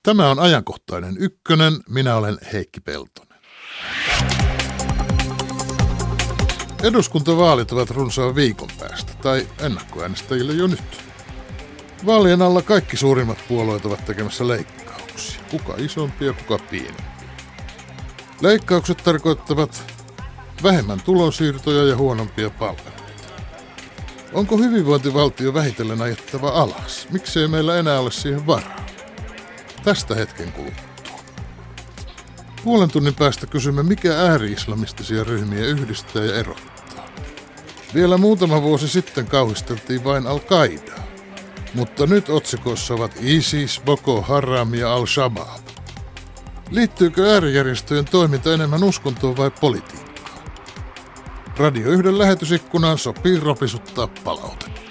Tämä on ajankohtainen ykkönen. Minä olen Heikki Peltonen. Eduskuntavaalit ovat runsaan viikon päästä, tai ennakkoäänestäjille jo nyt. Vaalien alla kaikki suurimmat puolueet ovat tekemässä leikkauksia. Kuka isompi ja kuka pienempi. Leikkaukset tarkoittavat vähemmän tulonsiirtoja ja huonompia palveluita. Onko hyvinvointivaltio vähitellen ajettava alas? Miksei meillä enää ole siihen varaa? Tästä hetken kuluttua. Puolen tunnin päästä kysymme, mikä ääri-islamistisia ryhmiä yhdistää ja erottaa. Vielä muutama vuosi sitten kauhisteltiin vain Al-Qaidaa, mutta nyt otsikoissa ovat ISIS, Boko Haram ja Al-Shabaab. Liittyykö äärijärjestöjen toiminta enemmän uskontoon vai politiikkaan? Radio 1 lähetysikkunaan sopii ropisuttaa palautetta.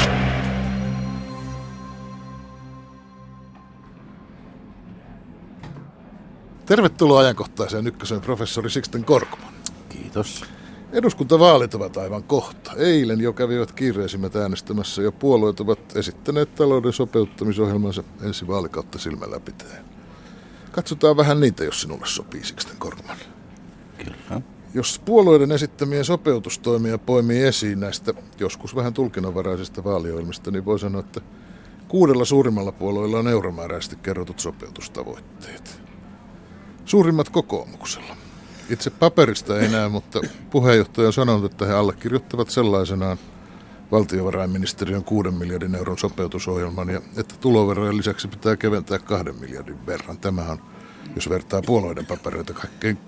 Tervetuloa ajankohtaiseen ykkösen professori Sixten Korkman. Kiitos. Eduskuntavaalit ovat aivan kohta. Eilen jo kävivät kiireisimmät äänestämässä ja puolueet ovat esittäneet talouden sopeuttamisohjelmansa ensi vaalikautta silmällä pitäen. Katsotaan vähän niitä, jos sinulle sopii, Sixten Korkman. Kyllä. Jos puolueiden esittämien sopeutustoimia poimii esiin näistä joskus vähän tulkinnanvaraisista vaaliohjelmista, niin voi sanoa, että 6 suurimmalla puolueella on euromääräisesti kerrotut sopeutustavoitteet. Suurimmat kokoomuksella. Itse paperista ei näe, mutta puheenjohtaja on sanonut, että he allekirjoittavat sellaisenaan valtiovarainministeriön 6 miljardin euron sopeutusohjelman ja että tuloverojen lisäksi pitää keventää 2 miljardin verran. Tämä on, jos vertaa puolueiden papereita, kaikkein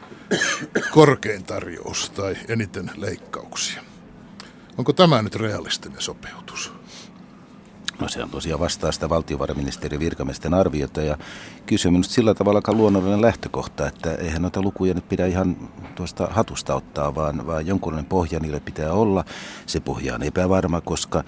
korkein tarjous tai eniten leikkauksia. Onko tämä nyt realistinen sopeutus? No se on tosiaan vastaa sitä valtiovarainministeriön virkamiesten arviota ja kysyy minusta sillä tavalla aika luonnollinen lähtökohta, että eihän noita lukuja nyt pidä ihan tuosta hatusta ottaa, vaan jonkunlainen pohja niille pitää olla. Se pohja on epävarma, koska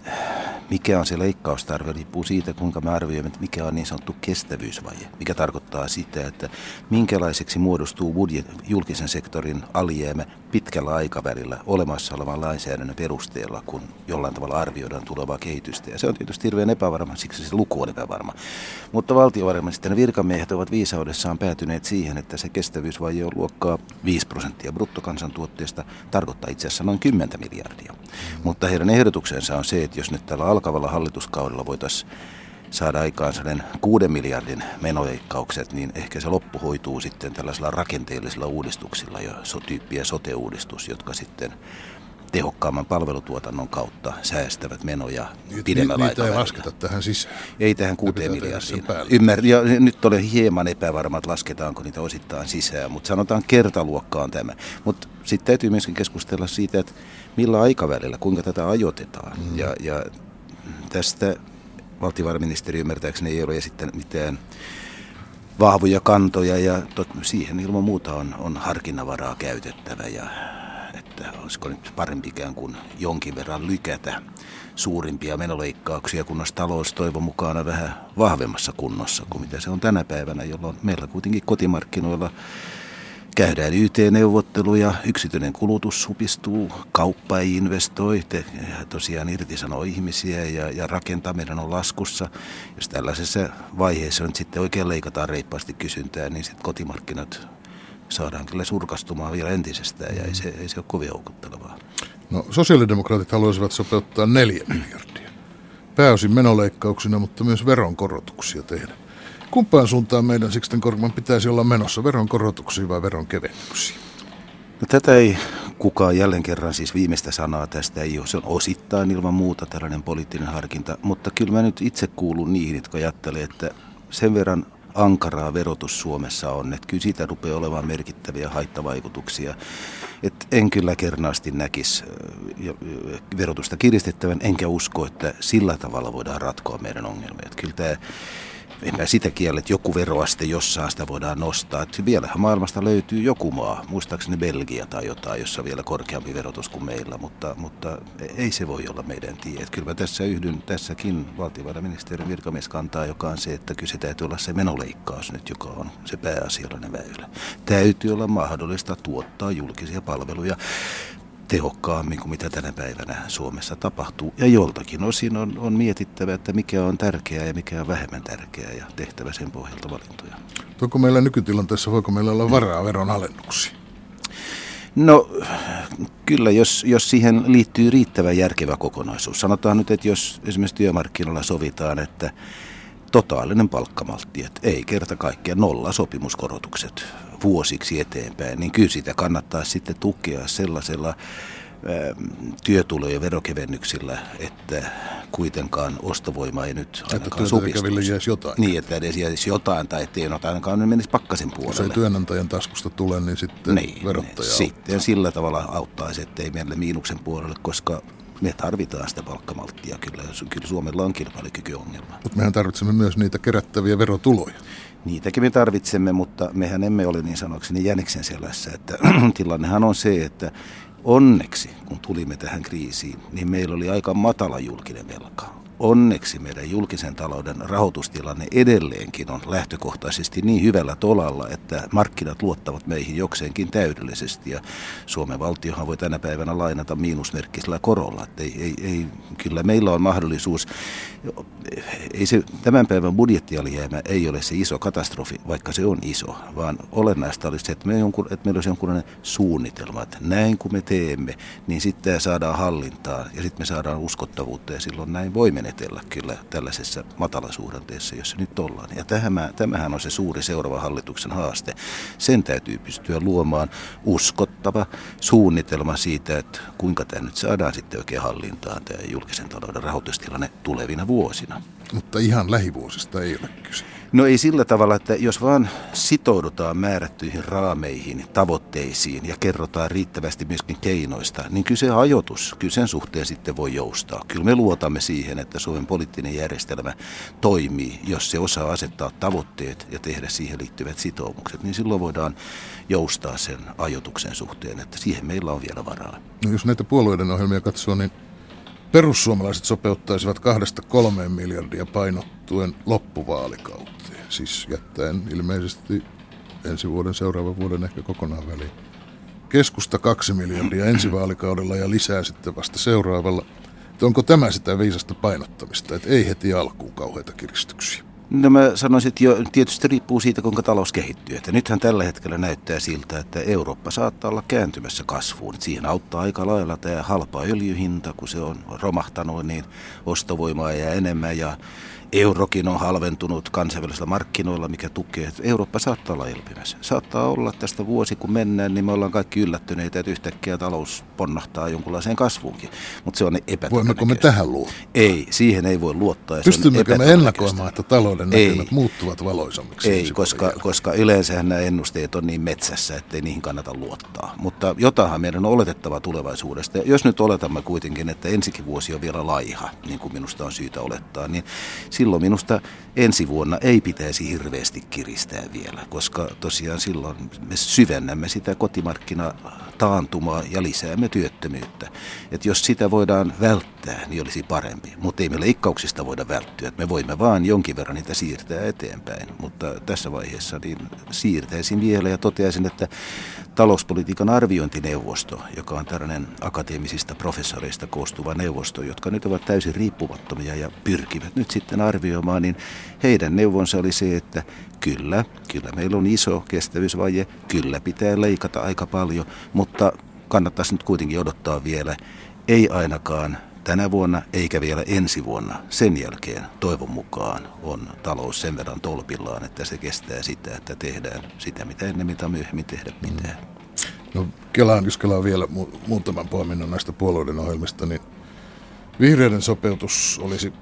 mikä on se leikkaustarve riippuu siitä, kuinka me arvioimme, että mikä on niin sanottu kestävyysvaje. Mikä tarkoittaa sitä, että minkälaiseksi muodostuu julkisen sektorin alijäämä pitkällä aikavälillä olemassa olevan lainsäädännön perusteella, kun jollain tavalla arvioidaan tulevaa kehitystä. Ja se on tietysti hirveän epävarma, siksi se luku on epävarma. Mutta valtiovarainministeriön virkamiehet ovat viisaudessaan päätyneet siihen, että se kestävyysvaje on luokkaa 5% bruttokansantuotteesta, tarkoittaa itse asiassa noin 10 miljardia. Mutta heidän ehdotuksensa on se, että jos nyt tällä alkavalla hallituskaudella voitaisiin saada aikaan sellainen 6 miljardin menoleikkaukset, niin ehkä se loppu hoituu sitten tällaisilla rakenteellisilla uudistuksilla ja tyyppiä sote-uudistus, jotka sitten tehokkaamman palvelutuotannon kautta säästävät menoja pidemmällä aikavälillä. Niitä ei lasketa tähän sisään. Ei tähän 6 miljardiin. Ja nyt olen hieman epävarma, että lasketaanko niitä osittain sisään, mutta sanotaan kertaluokka on tämä. Mutta sitten täytyy myöskin keskustella siitä, että millä aikavälillä, kuinka tätä ajoitetaan. Ja tästä valtiovarainministeriö ymmärtääkseni ei ole esittänyt mitään vahvoja kantoja ja siihen ilman muuta on harkinnanvaraa käytettävä ja että olisiko nyt parempi ikään kuin jonkin verran lykätä suurimpia menoleikkauksia, kun olisi talous toivon mukaan vähän vahvemmassa kunnossa kuin mitä se on tänä päivänä, jolloin meillä kuitenkin kotimarkkinoilla käydään YT-neuvotteluja, yksityinen kulutus supistuu, kauppa ei investoi, tosiaan irtisanoo ihmisiä ja rakentaminen on laskussa. Jos tällaisessa vaiheessa nyt sitten oikein leikataan reippaasti kysyntää, niin sitten kotimarkkinat saadaan kyllä surkastumaan vielä entisestään ja ei se ole kovin houkuttelevaa. No, sosiaalidemokraatit haluaisivat sopeuttaa 4 miljardia. Pääosin menoleikkauksina, mutta myös veronkorotuksia tehdä. Kumpaan suuntaan meidän Sixten Korkman pitäisi olla menossa, veronkorotuksia vai veronkevennyksiä? No, tätä ei kukaan jälleen kerran, siis viimeistä sanaa tästä ei ole. Se on osittain ilman muuta tällainen poliittinen harkinta, mutta kyllä mä nyt itse kuulun niihin, jotka ajattelee, että sen verran ankaraa verotus Suomessa on, että kyllä siitä rupeaa olemaan merkittäviä haittavaikutuksia. Et en kyllä kernaasti näkisi verotusta kiristettävän, enkä usko, että sillä tavalla voidaan ratkoa meidän ongelmia. Et kyllä tämä, en mä sitä kiellä, että joku veroaste jossain sitä voidaan nostaa. Et vielähän maailmasta löytyy joku maa, muistaakseni Belgia tai jotain, jossa on vielä korkeampi verotus kuin meillä, mutta ei se voi olla meidän tie. Et kyllä mä tässä yhdyn tässäkin valtiovarainministeriön virkamieskantaa, joka on se, että kyllä se täytyy olla se menoleikkaus nyt, joka on se pääasiallinen väylä. Täytyy olla mahdollista tuottaa julkisia palveluja. tehokkaammin kuin mitä tänä päivänä Suomessa tapahtuu. Ja joltakin osin on mietittävä, että mikä on tärkeää ja mikä on vähemmän tärkeää ja tehtävä sen pohjalta valintoja. Onko meillä nykytilanteessa, voiko meillä olla varaa veronalennuksiin? No kyllä, jos siihen liittyy riittävä järkevä kokonaisuus. Sanotaan nyt, että jos esimerkiksi työmarkkinoilla sovitaan, että totaalinen palkkamaltti, että ei kerta kaikkiaan nolla sopimuskorotukset vuosiksi eteenpäin, niin kyllä sitä kannattaa sitten tukea sellaisella työtulojen verokevennyksillä, että kuitenkaan ostovoima ei nyt ainakaan supistuisi. Jotain. Niin, että edes jäisi jotain tai ettei ainakaan menisi pakkasen puolelle. Jos ei työnantajan taskusta tule, niin sitten verottaja sitten sillä tavalla auttaisi, ettei mennä miinuksen puolelle, koska me tarvitaan sitä palkkamalttia. Kyllä Suomella on kilpailukykyongelma. Mutta mehän tarvitsemme myös niitä kerättäviä verotuloja. Niitäkin me tarvitsemme, mutta mehän emme ole niin sanokseni jäniksen selässä, että tilannehan on se, että onneksi, kun tulimme tähän kriisiin, niin meillä oli aika matala julkinen velka. Onneksi meidän julkisen talouden rahoitustilanne edelleenkin on lähtökohtaisesti niin hyvällä tolalla, että markkinat luottavat meihin jokseenkin täydellisesti. Ja Suomen valtiohan voi tänä päivänä lainata miinusmerkkisellä korolla. Että kyllä meillä on mahdollisuus, ei se tämän päivän budjettialijäämä ei ole se iso katastrofi, vaikka se on iso, vaan olennaista olisi se, että meillä olisi jonkunlainen suunnitelma, että näin kun me teemme, niin sitten saadaan hallintaa ja sitten me saadaan uskottavuutta ja silloin näin voi menetellä kyllä tällaisessa matalasuhdanteessa, jossa nyt ollaan. Ja tämähän on se suuri seuraava hallituksen haaste. Sen täytyy pystyä luomaan uskottava suunnitelma siitä, että kuinka tämä nyt saadaan sitten oikein hallintaan tämä julkisen talouden rahoitustilanne tulevina vuosina. Mutta ihan lähivuosista ei ole kyse. No ei sillä tavalla, että jos vaan sitoudutaan määrättyihin raameihin, tavoitteisiin ja kerrotaan riittävästi myöskin keinoista, niin kyllä se ajoitus, kyllä sen suhteen sitten voi joustaa. Kyllä me luotamme siihen, että Suomen poliittinen järjestelmä toimii, jos se osaa asettaa tavoitteet ja tehdä siihen liittyvät sitoumukset, niin silloin voidaan joustaa sen ajoituksen suhteen, että siihen meillä on vielä varaa. No jos näitä puolueiden ohjelmia katsoo, niin perussuomalaiset sopeuttaisivat 2-3 miljardia painottuen loppuvaalikauteen, siis jättäen ilmeisesti ensi vuoden, seuraavan vuoden ehkä kokonaan väliin. Keskusta 2 miljardia ensi vaalikaudella ja lisää sitten vasta seuraavalla. Että onko tämä sitä viisasta painottamista, että ei heti alkuun kauheita kiristyksiä? No mä sanoisin, että tietysti riippuu siitä, kuinka talous kehittyy. Että nythän tällä hetkellä näyttää siltä, että Eurooppa saattaa olla kääntymässä kasvuun. Että siihen auttaa aika lailla tämä halpa öljyhinta, kun se on romahtanut, niin ostovoimaa jää enemmän ja eurokin on halventunut kansainvälisillä markkinoilla, mikä tukee. Että Eurooppa saattaa olla elpymässä. Saattaa olla tästä vuosi, kun mennään, niin me ollaan kaikki yllättyneitä, että yhtäkkiä talous ponnahtaa jonkunlaiseen kasvuunkin. Mutta se on epätodennäköistä. Voimmeko me tähän luottaa? Ei, siihen ei voi luottaa. Pystymmekö me ennakoimaan, että talouden näkymät muuttuvat valoisammiksi? Ei, koska yleensähän nämä ennusteet on niin metsässä, ettei niihin kannata luottaa. Mutta jotainhan meidän on oletettava tulevaisuudesta. Ja jos nyt oletamme kuitenkin, että ensikin vuosi on vielä laiha, niin kuin minusta on syytä olettaa, niin silloin minusta ensi vuonna ei pitäisi hirveästi kiristää vielä, koska tosiaan silloin me syvennämme sitä kotimarkkinataantumaa ja lisäämme työttömyyttä. Et jos sitä voidaan välttää, niin olisi parempi, mutta ei me leikkauksista voida välttyä. Et me voimme vaan jonkin verran niitä siirtää eteenpäin, mutta tässä vaiheessa niin siirtäisin vielä ja toteaisin, että talouspolitiikan arviointineuvosto, joka on tällainen akateemisista professoreista koostuva neuvosto, jotka nyt ovat täysin riippumattomia ja pyrkivät nyt sitten arvioimaan, niin heidän neuvonsa oli se, että kyllä meillä on iso kestävyysvaje, kyllä pitää leikata aika paljon, mutta kannattaisi nyt kuitenkin odottaa vielä, ei ainakaan tänä vuonna eikä vielä ensi vuonna. Sen jälkeen toivon mukaan on talous sen verran tolpillaan, että se kestää sitä, että tehdään sitä, mitä ennemmin tai myöhemmin tehdä pitää. No jos kelaan vielä muutaman poiminnan näistä puolueiden ohjelmista, niin vihreiden sopeutus olisi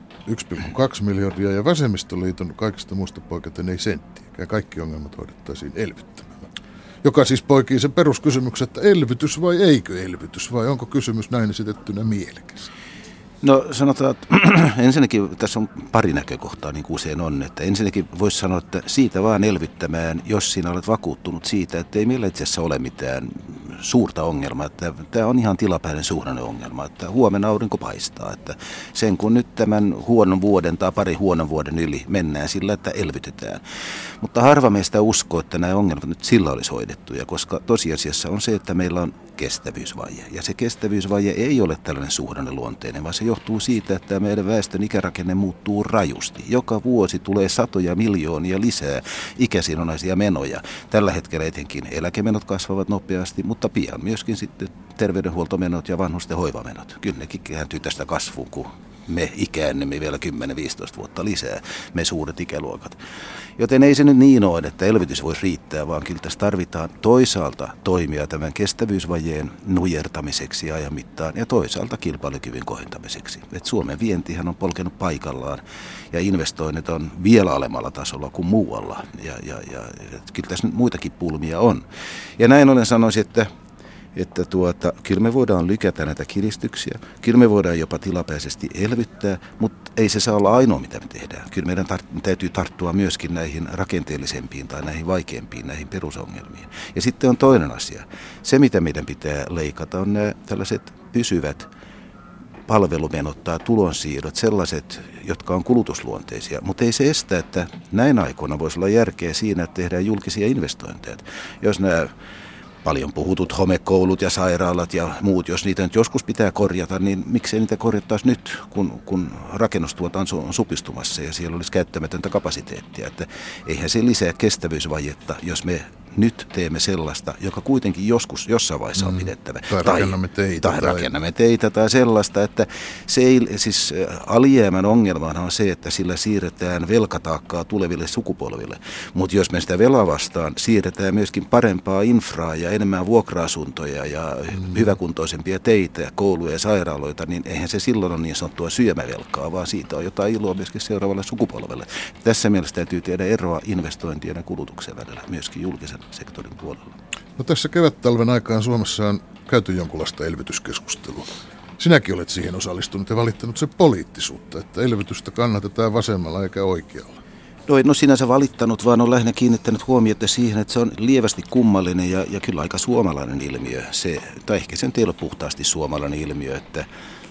1,2 miljardia ja vasemmistoliiton kaikista muista poiketen ei senttiäkään. Kaikki ongelmat hoidettaisiin elvyttämällä. Joka siis poikii sen peruskysymyksen, että elvytys vai eikö elvytys, vai onko kysymys näin esitettynä mielekäs? No sanotaan, että ensinnäkin tässä on pari näkökohtaa, niin kuin usein on. Että ensinnäkin voisi sanoa, että siitä vaan elvyttämään, jos sinä olet vakuuttunut siitä, että ei meillä itse asiassa ole mitään suurta ongelmaa. Että tämä on ihan tilapäinen suhdanneongelma, että huomenna aurinko paistaa. Että sen kun nyt tämän huonon vuoden tai pari huonon vuoden yli mennään sillä, että elvytetään. Mutta harva meistä uskoo, että nämä ongelmat nyt sillä olisi hoidettuja, koska tosiasiassa on se, että meillä on kestävyysvaje. Ja se kestävyysvaje ei ole tällainen suhdanneluonteinen, vaan se johtuu siitä, että meidän väestön ikärakenne muuttuu rajusti. Joka vuosi tulee satoja miljoonia lisää ikäsidonnaisia menoja. Tällä hetkellä etenkin eläkemenot kasvavat nopeasti, mutta pian myöskin sitten terveydenhuoltomenot ja vanhusten hoivamenot. Kyllä nekin kääntyy tästä kasvuun, kun me ikäännymme vielä 10-15 vuotta lisää, me suuret ikäluokat. Joten ei se nyt niin ole, että elvytys voisi riittää, vaan kyllä tässä tarvitaan toisaalta toimia tämän kestävyysvajeen nujertamiseksi ajan mittaan ja toisaalta kilpailukyvyn kohentamiseksi. Et Suomen vientihän on polkenut paikallaan ja investoinnit on vielä alemmalla tasolla kuin muualla. Ja kyllä tässä nyt muitakin pulmia on. Ja näin ollen sanoisin, että kyllä me voidaan lykätä näitä kiristyksiä, kyllä me voidaan jopa tilapäisesti elvyttää, mutta ei se saa olla ainoa, mitä me tehdään. Kyllä meidän täytyy tarttua myöskin näihin rakenteellisempiin tai näihin vaikeampiin, näihin perusongelmiin. Ja sitten on toinen asia. Se, mitä meidän pitää leikata, on nämä tällaiset pysyvät palvelumenot tai tulonsiirrot, sellaiset, jotka on kulutusluonteisia. Mutta ei se estä, että näin aikoina voisi olla järkeä siinä, että tehdään julkisia investointeja. Jos nämä paljon puhutut homekoulut ja sairaalat ja muut, jos niitä nyt joskus pitää korjata, niin miksei niitä korjattaisi nyt, kun rakennustuotanto on supistumassa ja siellä olisi käyttämätöntä kapasiteettia. Että eihän se lisää kestävyysvajetta, jos me nyt teemme sellaista, joka kuitenkin joskus jossain vaiheessa on pidettävä. Tai rakennamme teitä tai sellaista, että se ei, siis alijäämän ongelmana on se, että sillä siirretään velkataakkaa tuleville sukupolville. Mutta jos me sitä velaa vastaan siirretään myöskin parempaa infraa ja enemmän vuokra-asuntoja ja hyväkuntoisempia teitä, kouluja ja sairaaloita, niin eihän se silloin ole niin sanottua syömävelkaa, vaan siitä on jotain iloa myöskin seuraavalle sukupolvelle. Tässä mielessä täytyy tehdä eroa investointien ja kulutuksen välillä, myöskin julkisen sektorin puolella. No tässä kevät-talven aikaan Suomessa on käyty jonkunlaista elvytyskeskustelua. Sinäkin olet siihen osallistunut ja valittanut se poliittisuutta, että elvytystä kannatetaan vasemmalla eikä oikealla. No en ole sinänsä valittanut, vaan on lähinnä kiinnittänyt huomiota siihen, että se on lievästi kummallinen ja kyllä aika suomalainen ilmiö. Tai ehkä se ei ole puhtaasti suomalainen ilmiö, että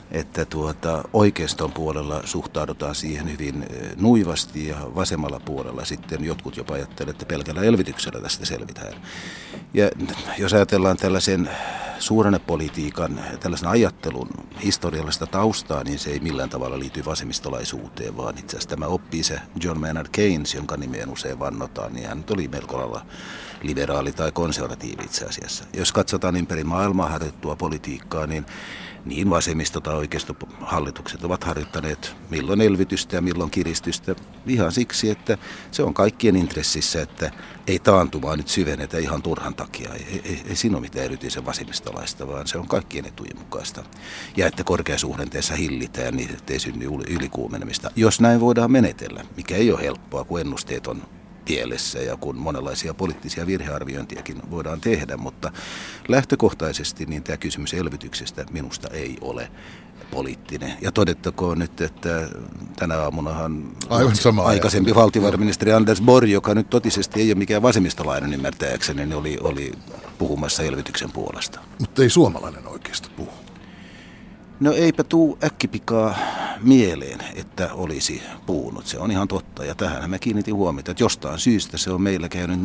oikeiston puolella suhtaudutaan siihen hyvin nuivasti ja vasemmalla puolella sitten jotkut jopa ajattelevat, että pelkällä elvytyksellä tästä selvitään. Ja jos ajatellaan tällaisen suhdannepolitiikan, tällaisen ajattelun historiallista taustaa, niin se ei millään tavalla liity vasemmistolaisuuteen, vaan itse asiassa tämä oppii se John Maynard Keynes, jonka nimeen usein vannotaan, niin hän oli melko lailla liberaali tai konservatiivi itse asiassa. Jos katsotaan ympäri maailmaa harjoittua politiikkaa, niin vasemmisto- tai oikeistohallitukset ovat harjoittaneet milloin elvytystä ja milloin kiristystä ihan siksi, että se on kaikkien intressissä, että ei taantumaa nyt syvennetä ihan turhan takia. Ei siinä ole mitään erityisen vasemmistolaista, vaan se on kaikkien etujen mukaista. Ja että korkeasuhdanteessa hillitään niin, ettei synny ylikuumenemista. Jos näin voidaan menetellä, mikä ei ole helppoa, kun ennusteet on pielessä ja kun monenlaisia poliittisia virhearviointiakin voidaan tehdä, mutta lähtökohtaisesti niin tämä kysymys elvytyksestä minusta ei ole poliittinen. Ja todettakoon nyt, että tänä aamunahan aikaisempi valtiovarainministeri Anders Borg, joka nyt totisesti ei ole mikään vasemmistolainen ymmärtääkseni, niin oli puhumassa elvytyksen puolesta. Mutta ei suomalainen oikeisto puhu. No eipä tuu äkkipikaa mieleen, että olisi puhunut. Se on ihan totta ja tähän mä kiinnitin huomiota, että jostain syystä se on meillä käynyt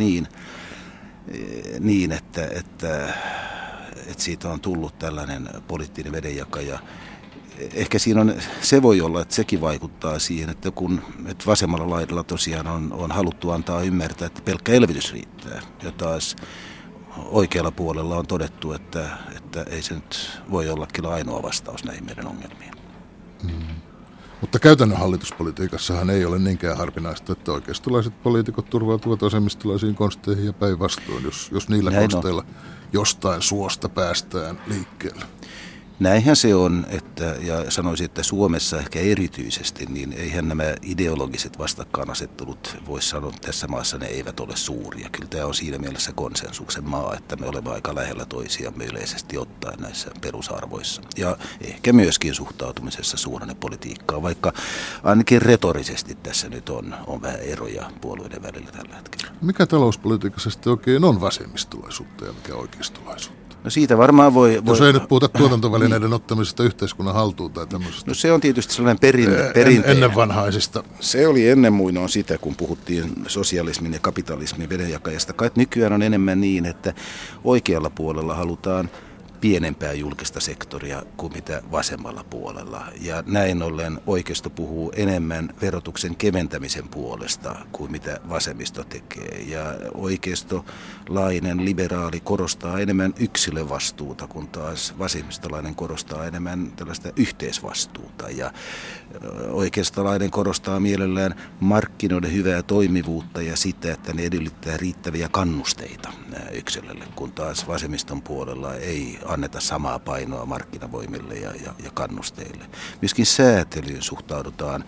niin että siitä on tullut tällainen poliittinen vedenjakaja. Ehkä siinä on, se voi olla, että sekin vaikuttaa siihen, että kun että vasemmalla laidalla tosiaan on haluttu antaa ymmärtää, että pelkkä elvytys riittää. Ja taas oikealla puolella on todettu, että ei se nyt voi olla kyllä ainoa vastaus näihin meidän ongelmiin. Mutta käytännön hallituspolitiikassahan ei ole niinkään harvinaista, että oikeistolaiset poliitikot turvautuvat vasemmistolaisiin konsteihin ja päinvastoin, jos niillä näin konsteilla jostain suosta päästään liikkeelle. Näinhän se on, ja sanoisin, että Suomessa ehkä erityisesti, niin eihän nämä ideologiset vastakkainasettelut, voisi sanoa, että tässä maassa ne eivät ole suuria. Kyllä tämä on siinä mielessä konsensuksen maa, että me olemme aika lähellä toisiamme yleisesti ottaen näissä perusarvoissa. Ja ehkä myöskin suhtautumisessa suhdannepolitiikkaan, vaikka ainakin retorisesti tässä nyt on vähän eroja puolueiden välillä tällä hetkellä. Mikä talouspolitiikassa sitten oikein on vasemmistolaisuutta ja mikä oikeistolaisuutta? No siitä varmaan voi... Jos ei nyt puhuta tuotantovälineiden ottamisesta yhteiskunnan haltuun tai tämmöisestä. No se on tietysti sellainen perinteinen. Ennenvanhaisista. Se oli ennen muinoin sitä, kun puhuttiin sosialismin ja kapitalismin vedenjakajasta. Kai nykyään on enemmän niin, että oikealla puolella halutaan pienempää julkista sektoria kuin mitä vasemmalla puolella. Ja näin ollen oikeisto puhuu enemmän verotuksen keventämisen puolesta kuin mitä vasemmisto tekee. Ja oikeistolainen liberaali korostaa enemmän yksilövastuuta, kun taas vasemmistolainen korostaa enemmän tällaista yhteisvastuuta. Ja oikeistolainen korostaa mielellään markkinoiden hyvää toimivuutta ja sitä, että ne edellyttää riittäviä kannusteita yksilölle, kun taas vasemmiston puolella ei anneta samaa painoa markkinavoimille ja kannusteille. Myöskin säätelyyn suhtaudutaan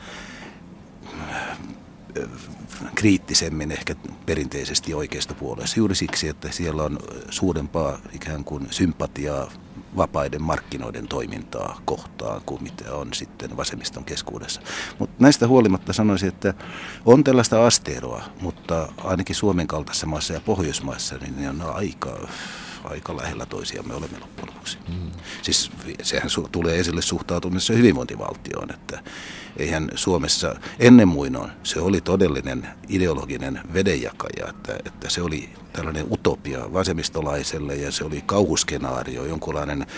kriittisemmin ehkä perinteisesti oikeistopuolessa juuri siksi, että siellä on suurempaa ikään kuin sympatiaa vapaiden markkinoiden toimintaa kohtaan kuin mitä on sitten vasemmiston keskuudessa. Mutta näistä huolimatta sanoisin, että on tällaista asteeroa, mutta ainakin Suomen kaltaisessa maassa ja Pohjoismaissa niin ne on aika lähellä toisiamme olemme loppujen lopuksi. Siis sehän tulee esille suhtautumisessa hyvinvointivaltioon, että eihän Suomessa ennen muinoin se oli todellinen ideologinen vedenjakaja, että se oli tällainen utopia vasemmistolaiselle ja se oli kauhuskenaario, jonkunlainen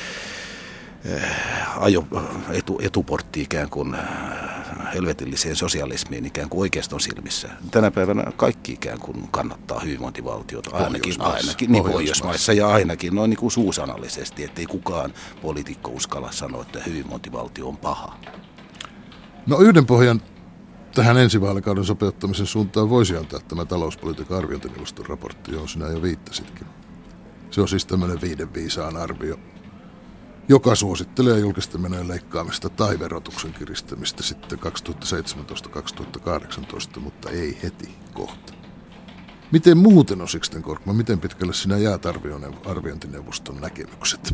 etuportti ikään kuin helvetilliseen sosialismiin ikään kuin oikeiston silmissä. Tänä päivänä kaikki ikään kuin kannattaa hyvinvointivaltiota, ainakin niin Pohjoismaissa ja ainakin noin niin kuin suusanallisesti, ettei kukaan poliitikko uskalla sanoa, että hyvinvointivaltio on paha. No yhden pohjan tähän ensi vaalikauden sopeuttamisen suuntaan voisi antaa tämä talouspolitiikan arviointineuvoston raportti, johon sinä jo viittasitkin. Se on siis tämmöinen 5 viisaan arvio, joka suosittelee julkisten menojen leikkaamista tai verotuksen kiristämistä sitten 2017-2018, mutta ei heti kohta. Miten muuten on Sixten Korkman, miten pitkälle sinä jäät arviointineuvoston näkemykset?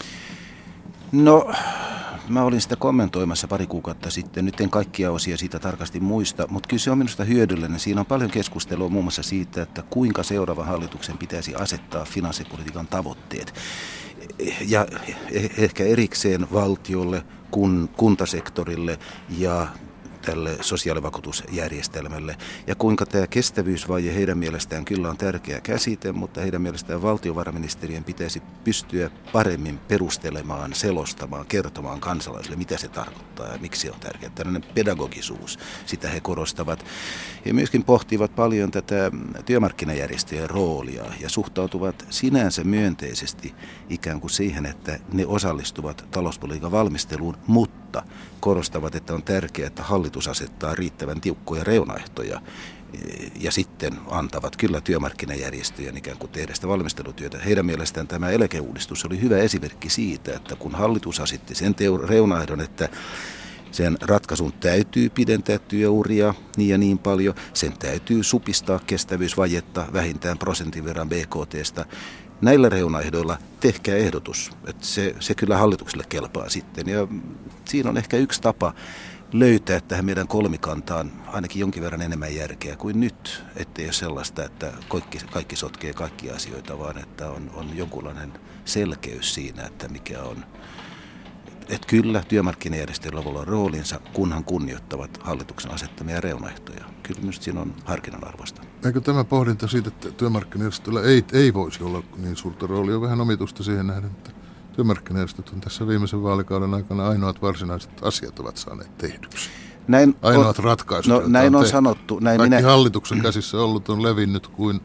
No, mä olin sitä kommentoimassa pari kuukautta sitten. Nyt en kaikkia osia siitä tarkasti muista, mutta kyllä se on minusta hyödyllinen. Siinä on paljon keskustelua muun muassa siitä, että kuinka seuraavan hallituksen pitäisi asettaa finanssipolitiikan tavoitteet. Ja ehkä erikseen valtiolle, kuntasektorille ja tälle sosiaalivakuutusjärjestelmälle. Ja kuinka tämä kestävyysvaje heidän mielestään kyllä on tärkeä käsite, mutta heidän mielestään valtiovarainministeriön pitäisi pystyä paremmin perustelemaan, selostamaan, kertomaan kansalaisille, mitä se tarkoittaa ja miksi se on tärkeää. Tällainen pedagogisuus, sitä he korostavat. He myöskin pohtivat paljon tätä työmarkkinajärjestöjen roolia ja suhtautuvat sinänsä myönteisesti ikään kuin siihen, että ne osallistuvat talouspolitiikan valmisteluun, mutta korostavat, että on tärkeää, että hallitus asettaa riittävän tiukkoja reunaehtoja ja sitten antavat kyllä työmarkkinajärjestöjen ikään kuin tehdä sitä valmistelutyötä. Heidän mielestään tämä eläkeuudistus oli hyvä esimerkki siitä, että kun hallitus asetti sen reunaehdon, että sen ratkaisun täytyy pidentää työuria niin ja niin paljon, sen täytyy supistaa kestävyysvajetta vähintään prosentin verran BKT:stä. Näillä reunaehdoilla tehkää ehdotus, että se kyllä hallitukselle kelpaa sitten. Ja siinä on ehkä yksi tapa löytää tähän meidän kolmikantaan ainakin jonkin verran enemmän järkeä kuin nyt. Ettei ole sellaista, että kaikki sotkee kaikkia asioita, vaan että on jonkunlainen selkeys siinä, että mikä on. Että kyllä työmarkkinajärjestöillä voi olla roolinsa, kunhan kunnioittavat hallituksen asettamia reunaehtoja. Kyllä myös siinä on harkinnan arvosta. Eikö tämä pohdinta siitä, että työmarkkinajärjestöillä ei voisi olla niin suurta roolia, on vähän omitusta siihen nähden, että työmarkkinajärjestöt on tässä viimeisen vaalikauden aikana ainoat varsinaiset asiat ovat saaneet tehdyksi. Ainoat ratkaisut, no, näin on sanottu. Kaikki hallituksen käsissä ollut on levinnyt kuin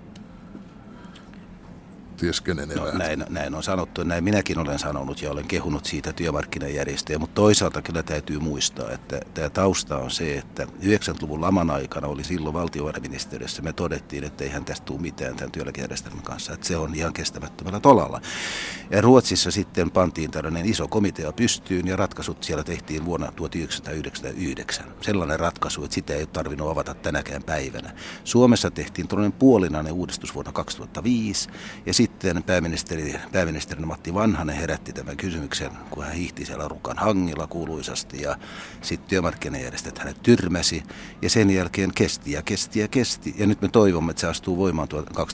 näin on sanottu, näin minäkin olen sanonut ja olen kehunut siitä työmarkkinajärjestöjä, mutta toisaalta kyllä täytyy muistaa, että tämä tausta on se, että 90-luvun laman aikana oli silloin valtiovarainministeriössä, me todettiin, että eihän tästä tule mitään tämän työeläkejärjestelmän kanssa, että se on ihan kestämättömällä tolalla. Ja Ruotsissa sitten pantiin tällainen iso komitea pystyyn ja ratkaisut siellä tehtiin vuonna 1999. Sellainen ratkaisu, että sitä ei ole tarvinnut avata tänäkään päivänä. Suomessa tehtiin tällainen puolinainen uudistus vuonna 2005 ja sitten pääministeri Matti Vanhanen herätti tämän kysymyksen, kun hän hiihti siellä Rukan hangilla kuuluisasti ja sitten työmarkkinajärjestöt hänet tyrmäsi ja sen jälkeen kesti. Ja nyt me toivomme, että se astuu voimaan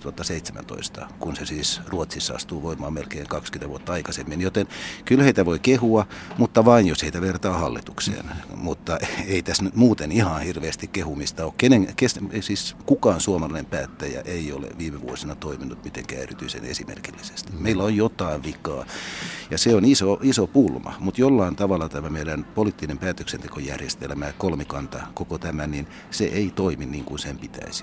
2017, kun se siis Ruotsissa astuu voimaan melkein 20 vuotta aikaisemmin. Joten kyllä heitä voi kehua, mutta vain jos heitä vertaa hallitukseen. Mutta ei tässä nyt muuten ihan hirveästi kehumista ole. Siis kukaan suomalainen päättäjä ei ole viime vuosina toiminut mitenkään erityisen esimerkillisesti. Meillä on jotain vikaa ja se on iso pulma, mutta jollain tavalla tämä meidän poliittinen päätöksentekojärjestelmä ja kolmikanta, koko tämä, niin se ei toimi niin kuin sen pitäisi.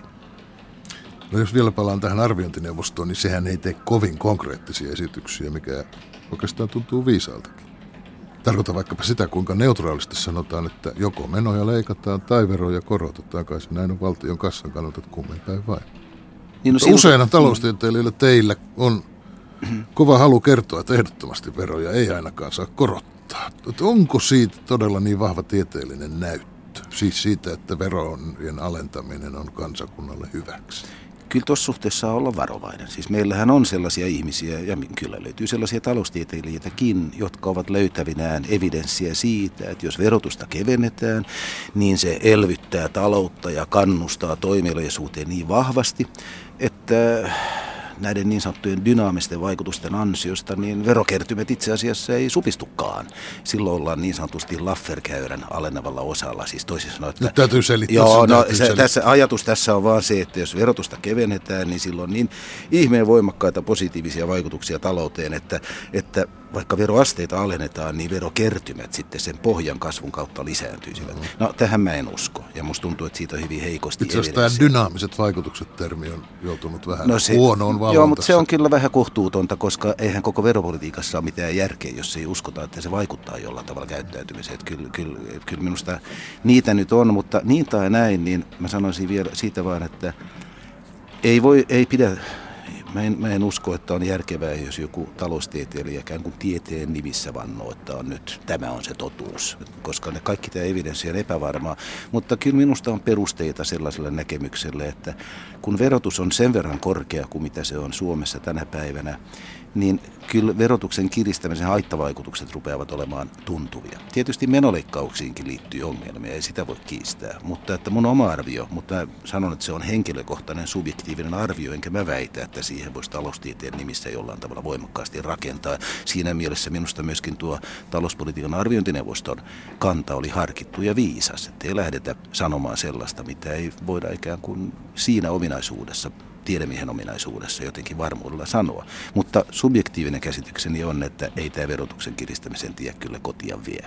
No jos vielä palaan tähän arviointineuvostoon, niin sehän ei tee kovin konkreettisia esityksiä, mikä oikeastaan tuntuu viisaaltakin. Tarkoitan vaikkapa sitä, kuinka neutraalisti sanotaan, että joko menoja leikataan tai veroja korotetaan. Kai se näin on valtion kassan kannalta, että kummin päin vain. Niin useina taloustieteilijöillä teillä on kova halu kertoa, että ehdottomasti veroja ei ainakaan saa korottaa. Että onko siitä todella niin vahva tieteellinen näyttö? Siis siitä, että verojen alentaminen on kansakunnalle hyväksi. Kyllä tuossa suhteessa saa olla varovainen. Siis meillähän on sellaisia ihmisiä, ja kyllä löytyy sellaisia taloustieteilijöitäkin, jotka ovat löytävinään evidenssiä siitä, että jos verotusta kevennetään, niin se elvyttää taloutta ja kannustaa toimeliaisuuteen niin vahvasti, että näiden niin sanottujen dynaamisten vaikutusten ansiosta, niin verokertymät itse asiassa ei supistukaan. Silloin ollaan niin sanotusti Laffer-käyrän alenevalla osalla. Siis toisin sanoen, että... Nyt täytyy selittää. Joo, ajatus tässä on vaan se, että jos verotusta kevennetään, niin silloin niin ihmeen voimakkaita positiivisia vaikutuksia talouteen, että vaikka veroasteita alennetaan, niin verokertymät sitten sen pohjan kasvun kautta lisääntyisivät. No tähän mä en usko, ja musta tuntuu, että siitä on hyvin heikosti evidenssiä. Itse asiassa tämä dynaamiset vaikutukset termi on joutunut vähän huonoon valvontaan. Joo, mutta se on kyllä vähän kohtuutonta, koska eihän koko veropolitiikassa ole mitään järkeä, jos ei uskota, että se vaikuttaa jollain tavalla käyttäytymiseen. Kyllä minusta niitä nyt on, mutta niin tai näin, niin mä sanoisin vielä siitä vaan, että ei pidä... Mä en usko, että on järkevää, jos joku taloustieteilijä ikään kuin tieteen nimissä vannoo, että tämä on se totuus, koska kaikki tämä evidenssi on epävarmaa. Mutta kyllä minusta on perusteita sellaiselle näkemykselle, että kun verotus on sen verran korkea kuin mitä se on Suomessa tänä päivänä, niin kyllä verotuksen kiristämisen haittavaikutukset rupeavat olemaan tuntuvia. Tietysti menoleikkauksiinkin liittyy ongelmia, ei sitä voi kiistää, mutta että mun oma arvio, mutta mä sanon, että se on henkilökohtainen subjektiivinen arvio, enkä mä väitä, että siihen voisi taloustieteen nimissä jollain tavalla voimakkaasti rakentaa. Siinä mielessä minusta myöskin tuo talouspolitiikan arviointineuvoston kanta oli harkittu ja viisas, että ei lähdetä sanomaan sellaista, mitä ei voida ikään kuin siinä ominaisuudessa, tiedemiehen ominaisuudessa jotenkin varmuudella sanoa. Mutta subjektiivinen käsitykseni on, että ei tämä verotuksen kiristämisen tie kyllä kotia vie.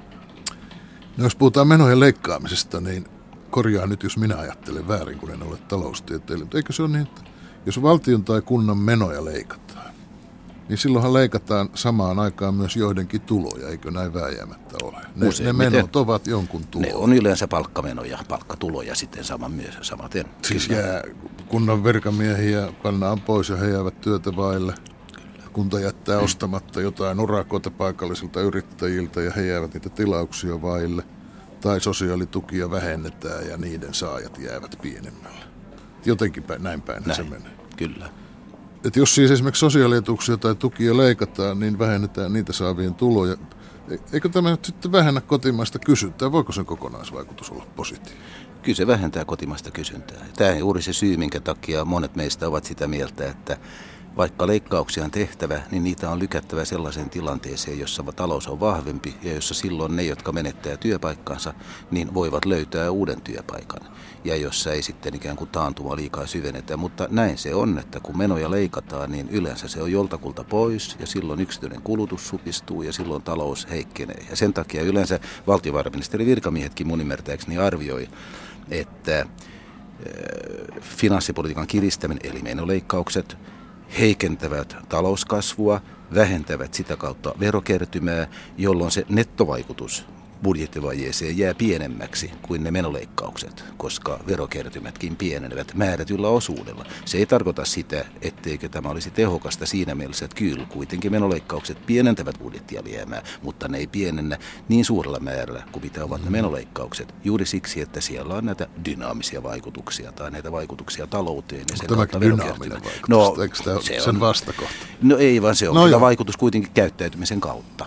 No jos puhutaan menojen leikkaamisesta, niin korjaa nyt, jos minä ajattelen väärin, kun en ole taloustieteilijä. Mutta eikö se ole niin, että jos valtion tai kunnan menoja leikataan, niin silloinhan leikataan samaan aikaan myös joidenkin tuloja, eikö näin vääjäämättä ole? Ne menot ovat jonkun tuloja. Ne on yleensä palkkamenoja, palkkatuloja sitten samaten. Siis kunnan virkamiehiä pannaan pois ja he jäävät työtä vaille. Kunta jättää ostamatta jotain urakoita paikallisilta yrittäjiltä ja he jäävät niitä tilauksia vaille. Tai sosiaalitukia vähennetään ja niiden saajat jäävät pienemmällä. Jotenkin näin päin se menee. Kyllä. Et jos siis esimerkiksi sosiaalietuuksia tai tukia leikataan, niin vähennetään niitä saavien tuloja. Eikö tämä nyt sitten vähennä kotimaista kysyntää? Voiko sen kokonaisvaikutus olla positiivinen? Kyllä se vähentää kotimaista kysyntää. Tämä on juuri se syy, minkä takia monet meistä ovat sitä mieltä, että vaikka leikkauksia on tehtävä, niin niitä on lykättävä sellaiseen tilanteeseen, jossa talous on vahvempi ja jossa silloin ne, jotka menettää työpaikkansa, niin voivat löytää uuden työpaikan. Ja jossa ei sitten ikään kuin taantuma liikaa syvennetä. Mutta näin se on, että kun menoja leikataan, niin yleensä se on joltakulta pois ja silloin yksityinen kulutus supistuu ja silloin talous heikkenee. Ja sen takia yleensä valtiovarainministeri virkamiehetkin mun ymmärtääkseni arvioi, että finanssipolitiikan kiristäminen eli menoleikkaukset heikentävät talouskasvua, vähentävät sitä kautta verokertymää, jolloin se nettovaikutus budjettivajeeseen jää pienemmäksi kuin ne menoleikkaukset, koska verokertymätkin pienenevät määrätyllä osuudella. Se ei tarkoita sitä, etteikö tämä olisi tehokasta siinä mielessä, että kyllä kuitenkin menoleikkaukset pienentävät budjettialijäämää, mutta ne ei pienennä niin suurella määrällä kuin mitä ovat ne menoleikkaukset. Juuri siksi, että siellä on näitä dynaamisia vaikutuksia tai näitä vaikutuksia talouteen ja sen kautta verokertymään. No, eikö se sen vastakohta? No ei, vaan se on kyllä vaikutus kuitenkin käyttäytymisen kautta.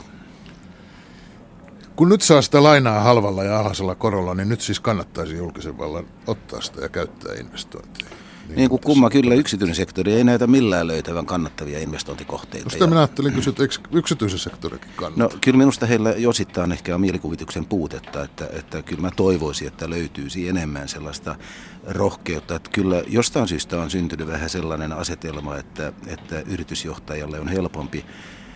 Kun nyt saa sitä lainaa halvalla ja alhaisella korolla, niin nyt siis kannattaisi julkisen vallan ottaa sitä ja käyttää investointeja. Niin kuin kumma kyllä yksityinen sektori ei näytä millään löytävän kannattavia investointikohteita. No sitä minä ajattelin kysyä, että eikö yksityisen sektorikin kannattaa? No kyllä minusta heillä osittain ehkä on mielikuvituksen puutetta, että kyllä mä toivoisin, että löytyisi enemmän sellaista rohkeutta. Että kyllä jostain syystä on syntynyt vähän sellainen asetelma, että yritysjohtajalle on helpompi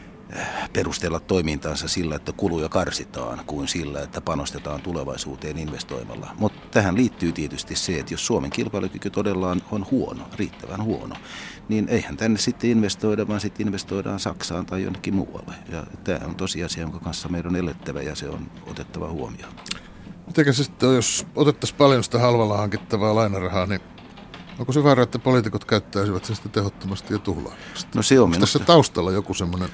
perustella toimintaansa sillä, että kuluja karsitaan, kuin sillä, että panostetaan tulevaisuuteen investoimalla. Mutta tähän liittyy tietysti se, että jos Suomen kilpailukyky todella on huono, riittävän huono, niin eihän tänne sitten investoida, vaan sitten investoidaan Saksaan tai jonnekin muualle. Ja tämä on tosiasia, jonka kanssa meidän on elettävä ja se on otettava huomioon. Mitenkä se sitten, jos otettaisiin paljon sitä halvalla hankittavaa lainarahaa, niin onko se vaara, että poliitikot käyttäisivät sen sitten tehottomasti ja tuhlaavasti? No se on minusta tässä taustalla joku semmoinen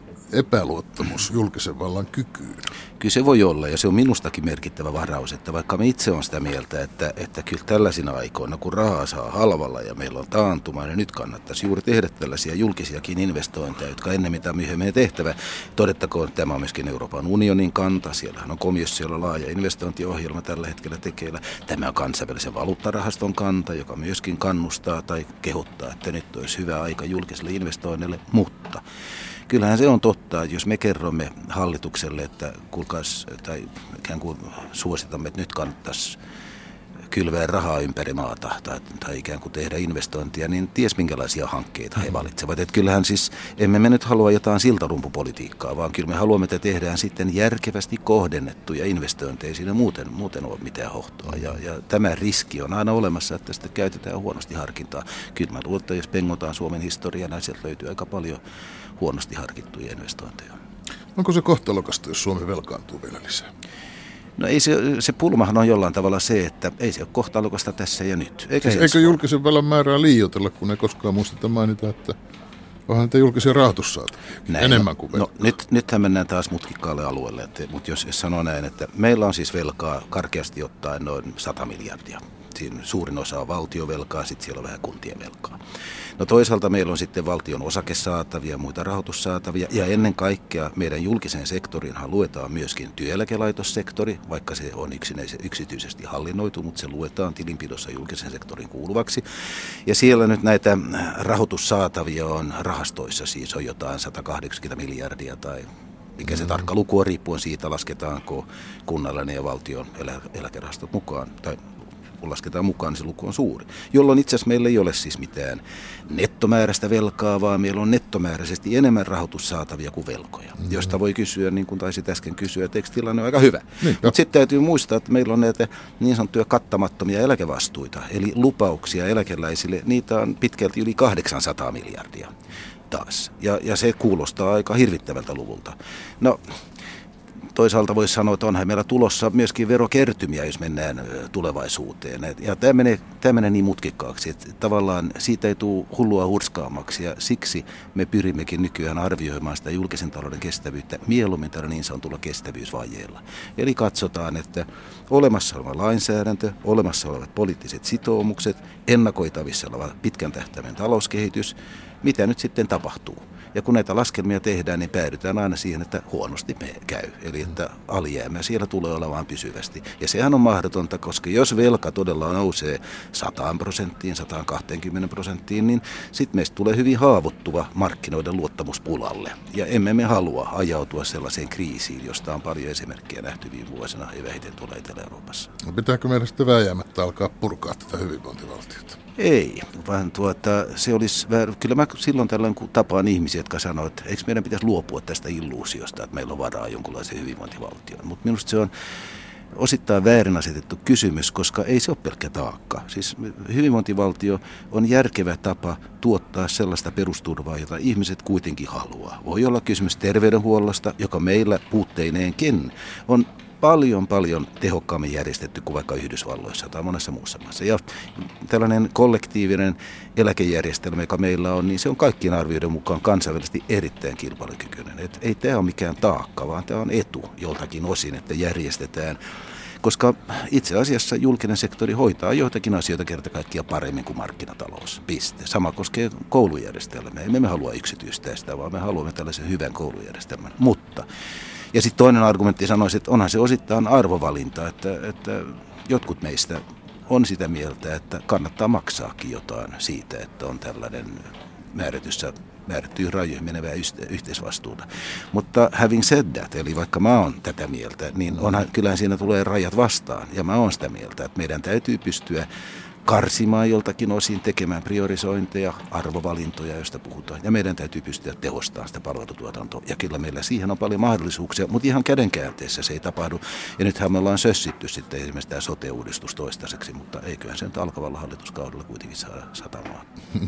epäluottamus julkisen vallan kykyyn? Kyllä se voi olla, ja se on minustakin merkittävä varaus, että vaikka me itse on sitä mieltä, että kyllä tällaisina aikoina, kun rahaa saa halvalla ja meillä on taantuma, niin nyt kannattaisi juuri tehdä tällaisia julkisiakin investointeja, jotka ennemmin tai myöhemmin tehtävä. Todettakoon, että tämä on myöskin Euroopan unionin kanta, siellähän on komissiolla laaja investointiohjelma tällä hetkellä tekeillä. Tämä on kansainvälisen valuuttarahaston kanta, joka myöskin kannustaa tai kehottaa, että nyt olisi hyvä aika julkiselle investoinnille, mutta kyllähän se on totta, että jos me kerromme hallitukselle, että kuulkaas, tai ikään kuin suositamme, että nyt kannattaisi kylvää rahaa ympäri maata tai ikään kuin tehdä investointia, niin ties minkälaisia hankkeita he valitsevat. Että kyllähän siis emme me nyt halua jotain siltarumpupolitiikkaa, vaan kyllä me haluamme, että tehdään sitten järkevästi kohdennettuja investointeja, siinä muuten ole mitään hohtoa. Ja tämä riski on aina olemassa, että sitä käytetään huonosti harkintaa. Kyllä mä luulen, että jos pengotaan Suomen historiaa, niin sieltä löytyy aika paljon huonosti harkittuja investointeja. Onko se kohtalokasta, jos Suomi velkaantuu vielä lisää? No ei se pulmahan on jollain tavalla se, että ei se ole kohtalokasta tässä ja nyt. Eikö julkisen velan määrää liioitella, kun ei koskaan muisteta mainita, että onhan niitä julkisia rahoitussaatavia enemmän kuin velkaa? No nythän mennään taas mutkikkaalle alueelle, mutta jos sanoo näin, että meillä on siis velkaa karkeasti ottaen noin 100 miljardia. Siinä suurin osa on valtiovelkaa, sitten siellä on vähän kuntien velkaa. No toisaalta meillä on sitten valtion osakesaatavia, muita rahoitussaatavia ja ennen kaikkea meidän julkisen sektorinhan luetaan myöskin työeläkelaitossektori, vaikka se on yksityisesti hallinnoitu, mutta se luetaan tilinpidossa julkisen sektorin kuuluvaksi. Ja siellä nyt näitä rahoitussaatavia on rahastoissa, siis on jotain 180 miljardia tai mikä se tarkka luku on, riippuen siitä, lasketaanko kunnallinen ja valtion eläkerahastot mukaan tai kun lasketaan mukaan, niin se luku on suuri. Jolloin itse asiassa meillä ei ole siis mitään nettomääräistä velkaa, vaan meillä on nettomääräisesti enemmän rahoitussaatavia kuin velkoja. Josta voi kysyä, niin kuin taisit äsken kysyä, että eikö tilanne ole aika hyvä. Mutta sitten täytyy muistaa, että meillä on näitä niin sanottuja kattamattomia eläkevastuita, eli lupauksia eläkeläisille. Niitä on pitkälti yli 800 miljardia taas. Ja se kuulostaa aika hirvittävältä luvulta. No, toisaalta voisi sanoa, että onhan meillä tulossa myöskin verokertymiä, jos mennään tulevaisuuteen. Ja tämä menee niin mutkikkaaksi, että tavallaan siitä ei tule hullua hurskaammaksi. Ja siksi me pyrimmekin nykyään arvioimaan sitä julkisen talouden kestävyyttä mieluummin tällä niin sanotulla kestävyysvajeella. Eli katsotaan, että olemassa oleva lainsäädäntö, olemassa olevat poliittiset sitoumukset, ennakoitavissa oleva pitkän tähtäimen talouskehitys, mitä nyt sitten tapahtuu. Ja kun näitä laskelmia tehdään, niin päädytään aina siihen, että huonosti me käy. Eli että alijäämä siellä tulee olemaan pysyvästi. Ja sehän on mahdotonta, koska jos velka todella nousee 100%, 120%, niin sitten meistä tulee hyvin haavoittuva markkinoiden luottamuspulalle. Ja emme me halua ajautua sellaiseen kriisiin, josta on paljon esimerkkejä nähty viime vuosina ja vähiten tuolla Etelä-Euroopassa. No pitääkö meidän sitten vääjäämättä alkaa purkaa tätä hyvinvointivaltiota? Ei, vaan se olisi kyllä mä silloin tällöin kun tapaan ihmisiä, jotka sanoo, että eikö meidän pitäisi luopua tästä illuusiosta, että meillä on varaa jonkunlaiseen hyvinvointivaltioon. Mutta minusta se on osittain väärin asetettu kysymys, koska ei se ole pelkkä taakka. Siis hyvinvointivaltio on järkevä tapa tuottaa sellaista perusturvaa, jota ihmiset kuitenkin haluaa. Voi olla kysymys terveydenhuollosta, joka meillä puutteineenkin on paljon tehokkaammin järjestetty kuin vaikka Yhdysvalloissa tai monessa muussa maassa. Ja tällainen kollektiivinen eläkejärjestelmä, joka meillä on, niin se on kaikkien arvioiden mukaan kansainvälisesti erittäin kilpailukykyinen. Et ei tämä ole mikään taakka, vaan tämä on etu joltakin osin, että järjestetään. Koska itse asiassa julkinen sektori hoitaa joitakin asioita kerta kaikkiaan paremmin kuin markkinatalous. Piste. Sama koskee koulujärjestelmää. Emme me halua yksityistää sitä, vaan me haluamme tällaisen hyvän koulujärjestelmän. Mutta, ja sitten toinen argumentti sanoisi, että onhan se osittain arvovalinta, että jotkut meistä on sitä mieltä, että kannattaa maksaakin jotain siitä, että on tällainen määrättyihin rajoihin menevää yhteisvastuuta. Mutta having said that, eli vaikka mä oon tätä mieltä, niin kyllähän siinä tulee rajat vastaan. Ja mä oon sitä mieltä, että meidän täytyy pystyä karsimaan joltakin osin, tekemään priorisointeja, arvovalintoja, joista puhutaan. Ja meidän täytyy pystyä tehostamaan sitä palvelutuotantoa. Ja kyllä meillä siihen on paljon mahdollisuuksia, mutta ihan kädenkäänteessä se ei tapahdu. Ja nythän me ollaan sössitty sitten esimerkiksi tämä sote-uudistus toistaiseksi, mutta eiköhän sen alkavalla hallituskaudella kuitenkin saada satamaan.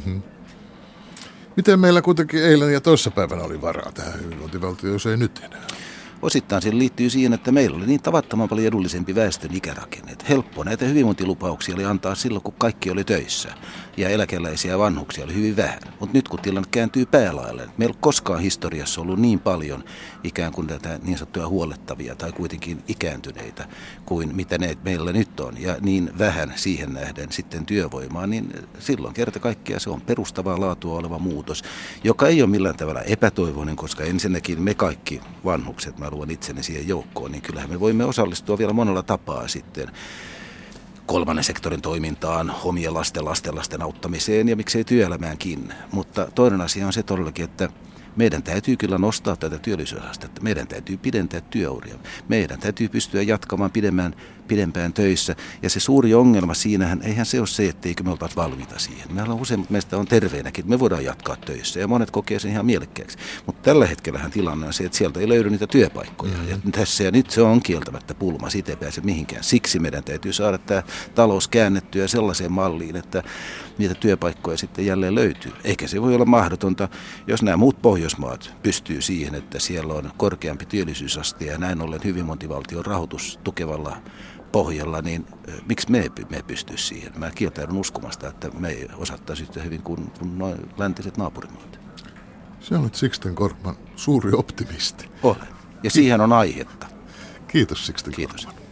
Miten meillä kuitenkin eilen ja toissapäivänä oli varaa tähän hyvinvointivaltioon, jos ei nyt enää? Osittain se liittyy siihen, että meillä oli niin tavattoman paljon edullisempi väestön ikärakenne. Helppo näitä hyvinvointilupauksia oli antaa silloin, kun kaikki oli töissä. Ja eläkeläisiä ja vanhuksia oli hyvin vähän. Mutta nyt kun tilanne kääntyy päälailleen, meillä ei ole koskaan historiassa ollut niin paljon ikään kuin tätä niin sanottuja huolettavia tai kuitenkin ikääntyneitä kuin mitä ne meillä nyt on. Ja niin vähän siihen nähden sitten työvoimaa, niin silloin kerta kaikkiaan se on perustavaa laatua oleva muutos, joka ei ole millään tavalla epätoivoinen, koska ensinnäkin me kaikki vanhukset, mä luon itseni siihen joukkoon, niin kyllähän me voimme osallistua vielä monella tapaa sitten kolmannen sektorin toimintaan, omien lasten auttamiseen ja miksei työelämäänkin. Mutta toinen asia on se todellakin, että meidän täytyy kyllä nostaa tätä työllisyysastetta. Meidän täytyy pidentää työuria. Meidän täytyy pystyä jatkamaan pidempään töissä. Ja se suuri ongelma siinähän, eihän se ole se, etteikö me oltaisi valmiita siihen. Meillä on useimmat meistä on terveenäkin, me voidaan jatkaa töissä ja monet kokee sen ihan mielekkääksi. Mutta tällä hetkellähän tilanne on se, että sieltä ei löydy niitä työpaikkoja. Ja tässä ja nyt se on kieltämättä pulma, siitä ei pääse mihinkään. Siksi meidän täytyy saada tämä talous käännettyä sellaiseen malliin, että niitä työpaikkoja sitten jälleen löytyy. Eikä se voi olla mahdotonta, jos nämä muut Pohjoismaat pystyy siihen, että siellä on korkeampi työllisyysaste ja näin ollen hyvinvointivaltion rahoitus tukevalla pohjalla, niin miksi me ei pysty siihen? Mä kieltäydyn uskomasta, että me ei osattaisi yhtä hyvin kuin noin läntiset naapurimaat. Se olet Sixten Korkman suuri optimisti. Olen. Ja siihen on aihetta. Kiitos Sixten Kiitos. Korkman.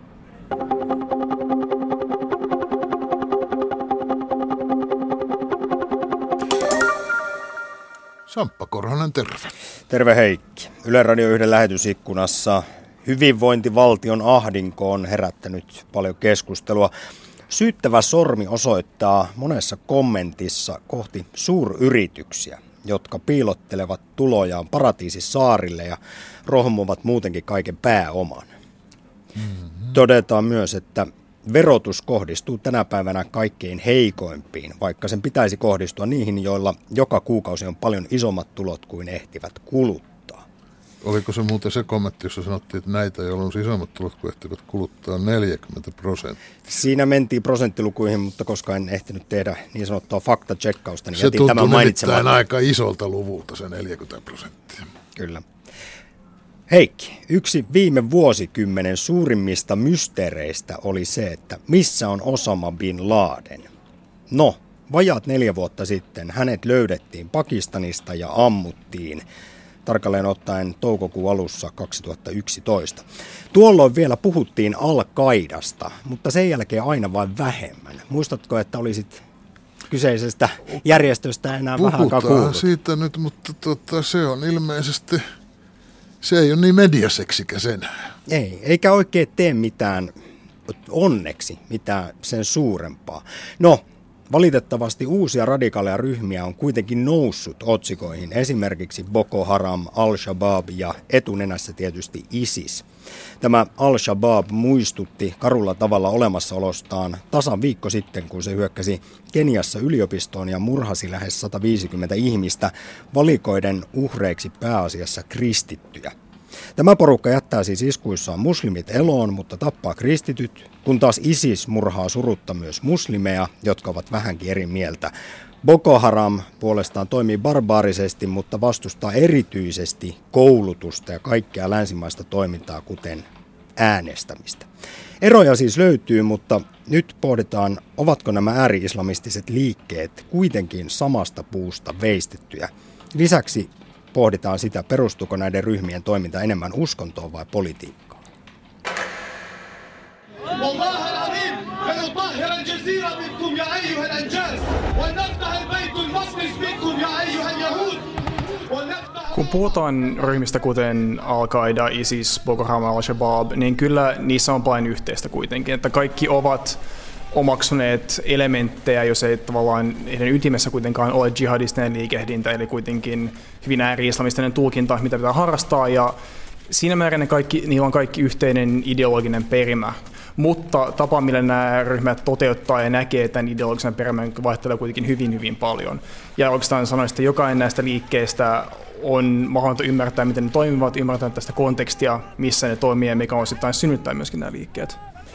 Samppa Korhonen, terve. Terve Heikki. Yle Radio 1 lähetysikkunassa hyvinvointivaltion ahdinko on herättänyt paljon keskustelua. Syyttävä sormi osoittaa monessa kommentissa kohti suuryrityksiä, jotka piilottelevat tulojaan paratiisisaarille ja rohmuvat muutenkin kaiken pääoman. Todetaan myös, että verotus kohdistuu tänä päivänä kaikkein heikoimpiin, vaikka sen pitäisi kohdistua niihin, joilla joka kuukausi on paljon isommat tulot kuin ehtivät kuluttaa. Oliko se muuten se kommentti, jossa sanottiin, että näitä, joilla on isommat tulot kuin ehtivät kuluttaa 40%? Siinä mentiin prosenttilukuihin, mutta koska en ehtinyt tehdä niin sanottua fakta-tsekkausta, niin jätin tämän mainitsematta. Se tuntui aika isolta luvulta se 40%. Kyllä. Heikki, yksi viime vuosikymmenen suurimmista mysteereistä oli se, että missä on Osama bin Laden. No, vajaat 4 vuotta sitten hänet löydettiin Pakistanista ja ammuttiin, tarkalleen ottaen toukokuun alussa 2011. Tuolloin vielä puhuttiin Al-Qaidasta, mutta sen jälkeen aina vain vähemmän. Muistatko, että olisit kyseisestä järjestöstä enää vähän kuullut? Puhutaan siitä nyt, mutta se on ilmeisesti... Se ei ole niin mediaseksikäs enää. Ei, eikä oikein tee mitään, onneksi, mitään sen suurempaa. No, valitettavasti uusia radikaaleja ryhmiä on kuitenkin noussut otsikoihin, esimerkiksi Boko Haram, Al-Shabaab ja etunenässä tietysti ISIS. Tämä Al-Shabaab muistutti karulla tavalla olemassaolostaan tasan viikko sitten, kun se hyökkäsi Keniassa yliopistoon ja murhasi lähes 150 ihmistä, valikoiden uhreiksi pääasiassa kristittyjä. Tämä porukka jättää siis iskuissaan muslimit eloon, mutta tappaa kristityt, kun taas ISIS murhaa surutta myös muslimeja, jotka ovat vähänkin eri mieltä. Boko Haram puolestaan toimii barbaarisesti, mutta vastustaa erityisesti koulutusta ja kaikkea länsimaista toimintaa, kuten äänestämistä. Eroja siis löytyy, mutta nyt pohditaan, ovatko nämä ääri-islamistiset liikkeet kuitenkin samasta puusta veistettyjä. Lisäksi pohditaan sitä, perustuuko näiden ryhmien toiminta enemmän uskontoon vai politiikkaan. Kun puhutaan ryhmistä kuten Al-Qaida, ISIS, Boko Haram, Al-Shabaab, niin kyllä niissä on paljon yhteistä kuitenkin, että kaikki ovat omaksuneet elementtejä, jos ei tavallaan heidän ytimessä kuitenkaan ole jihadistinen liikehdintä, eli kuitenkin hyvin ääri-islamistinen tulkinta, mitä pitää harrastaa, ja siinä määrin niillä on kaikki yhteinen ideologinen perimä. Mutta tapa, millä nämä ryhmät toteuttaa ja näkee tämän ideologisen perimän, vaihtelee kuitenkin hyvin, hyvin paljon. Ja oikeastaan sanoisin, että jokainen näistä liikkeistä on mahdollista ymmärtää, miten ne toimivat, ymmärtää tästä kontekstia, missä ne toimii ja mikä osittain synnyttää myöskin nämä liikkeet.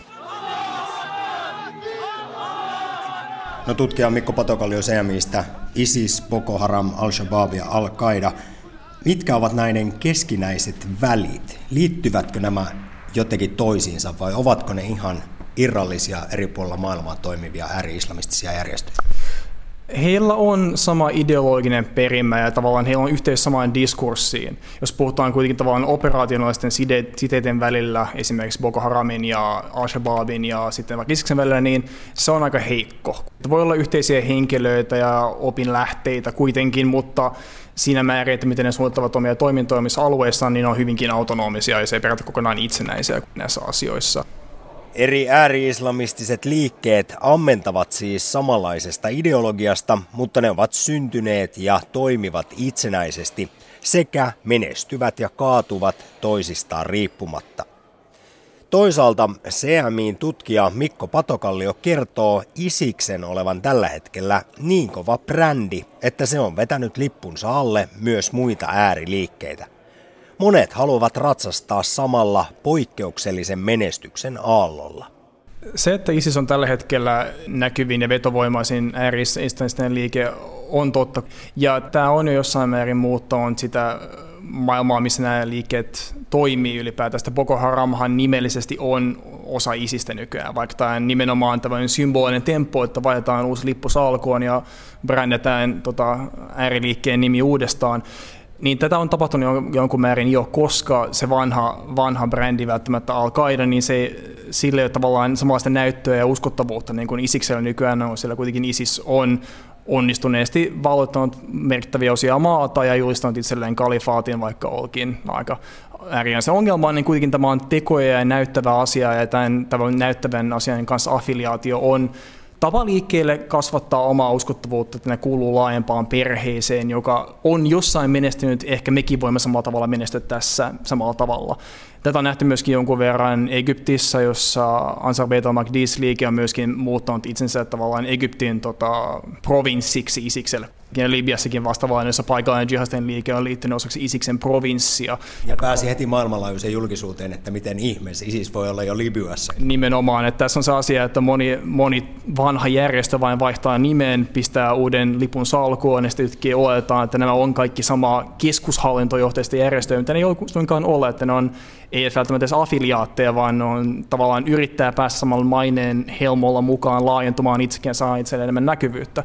No, tutkija Mikko Patokallio CMI:stä, ISIS, Boko Haram, Al-Shabaab ja Al-Qaida. Mitkä ovat näiden keskinäiset välit? Liittyvätkö nämä jotenkin toisiinsa vai ovatko ne ihan irrallisia eri puolilla maailmaa toimivia ääri-islamistisia järjestöjä? Heillä on sama ideologinen perimä ja tavallaan heillä on yhteys samaan diskurssiin. Jos puhutaan kuitenkin tavallaan operationaalisten siteiden välillä, esimerkiksi Boko Haramin ja Al-Shabaabin ja sitten vaikka ISISin välillä, niin se on aika heikko. Voi olla yhteisiä henkilöitä ja opinlähteitä kuitenkin, mutta siinä määrin, että miten ne suunnittavat omia toimintoja omissa alueissaan, niin ne on hyvinkin autonomisia ja se ei periaatteessa kokonaan itsenäisiä näissä asioissa. Eri ääri-islamistiset liikkeet ammentavat siis samanlaisesta ideologiasta, mutta ne ovat syntyneet ja toimivat itsenäisesti sekä menestyvät ja kaatuvat toisistaan riippumatta. Toisaalta CMI:n tutkija Mikko Patokallio kertoo Isiksen olevan tällä hetkellä niin kova brändi, että se on vetänyt lippunsa alle myös muita ääriliikkeitä. Monet haluavat ratsastaa samalla poikkeuksellisen menestyksen aallolla. Se, että ISIS on tällä hetkellä näkyvin ja vetovoimaisin ääri-islamistinen liike, on totta. Ja tämä on jo jossain määrin muuttanut sitä maailmaa, missä nämä liikkeet toimii ylipäätään. Boko Haramhan nimellisesti on osa ISIStä nykyään, vaikka tämä on nimenomaan tämmöinen symbolinen temppu, että vaihdetaan uusi lippu salkoon ja brändätään ääriliikkeen nimi uudestaan. Niin tätä on tapahtunut jonkun määrin jo, koska se vanha brändi välttämättä Al-Qaida, niin sille ei ole tavallaan samanlaista näyttöä ja uskottavuutta, niin kuin Isiksellä nykyään on, sillä kuitenkin ISIS on onnistuneesti valloittanut merkittäviä osia maata ja julistanut itselleen kalifaatin, vaikka olkin aika ääriäisen ongelmaan, niin kuitenkin tämä on tekoja ja näyttävä asia, ja tämän näyttävän asian kanssa affiliaatio on tapa liikkeelle kasvattaa omaa uskottavuutta, että ne kuuluu laajempaan perheeseen, joka on jossain menestynyt, ehkä mekin voimme samalla tavalla menestyä tässä samalla tavalla. Tätä on nähty myöskin jonkun verran Egyptissä, jossa Ansar Beit al-Maqdis-liike on myöskin muuttanut itsensä tavallaan Egyptin provinssiksi Isikselle. Ja Libyassakin vastaavaan, jossa paikallinen jihadistinen liike on liittynyt osaksi Isiksen provinssia. Ja pääsi heti maailmanlaajuiseen julkisuuteen, että miten ihmeessä ISIS voi olla jo Libyassa. Nimenomaan, että tässä on se asia, että moni vanha järjestö vain vaihtaa nimen, pistää uuden lipun salkuun ja sitten yhtäkkiä oletetaan, että nämä on kaikki sama keskushallintojohteista järjestöjä, mitä ne ei suinkaan ole, että ne on ei välttämättä edes affiliaatteja, vaan ne on tavallaan yrittää päästä samalla maineen helmolla mukaan laajentumaan itsekin ja saa itselleen enemmän näkyvyyttä.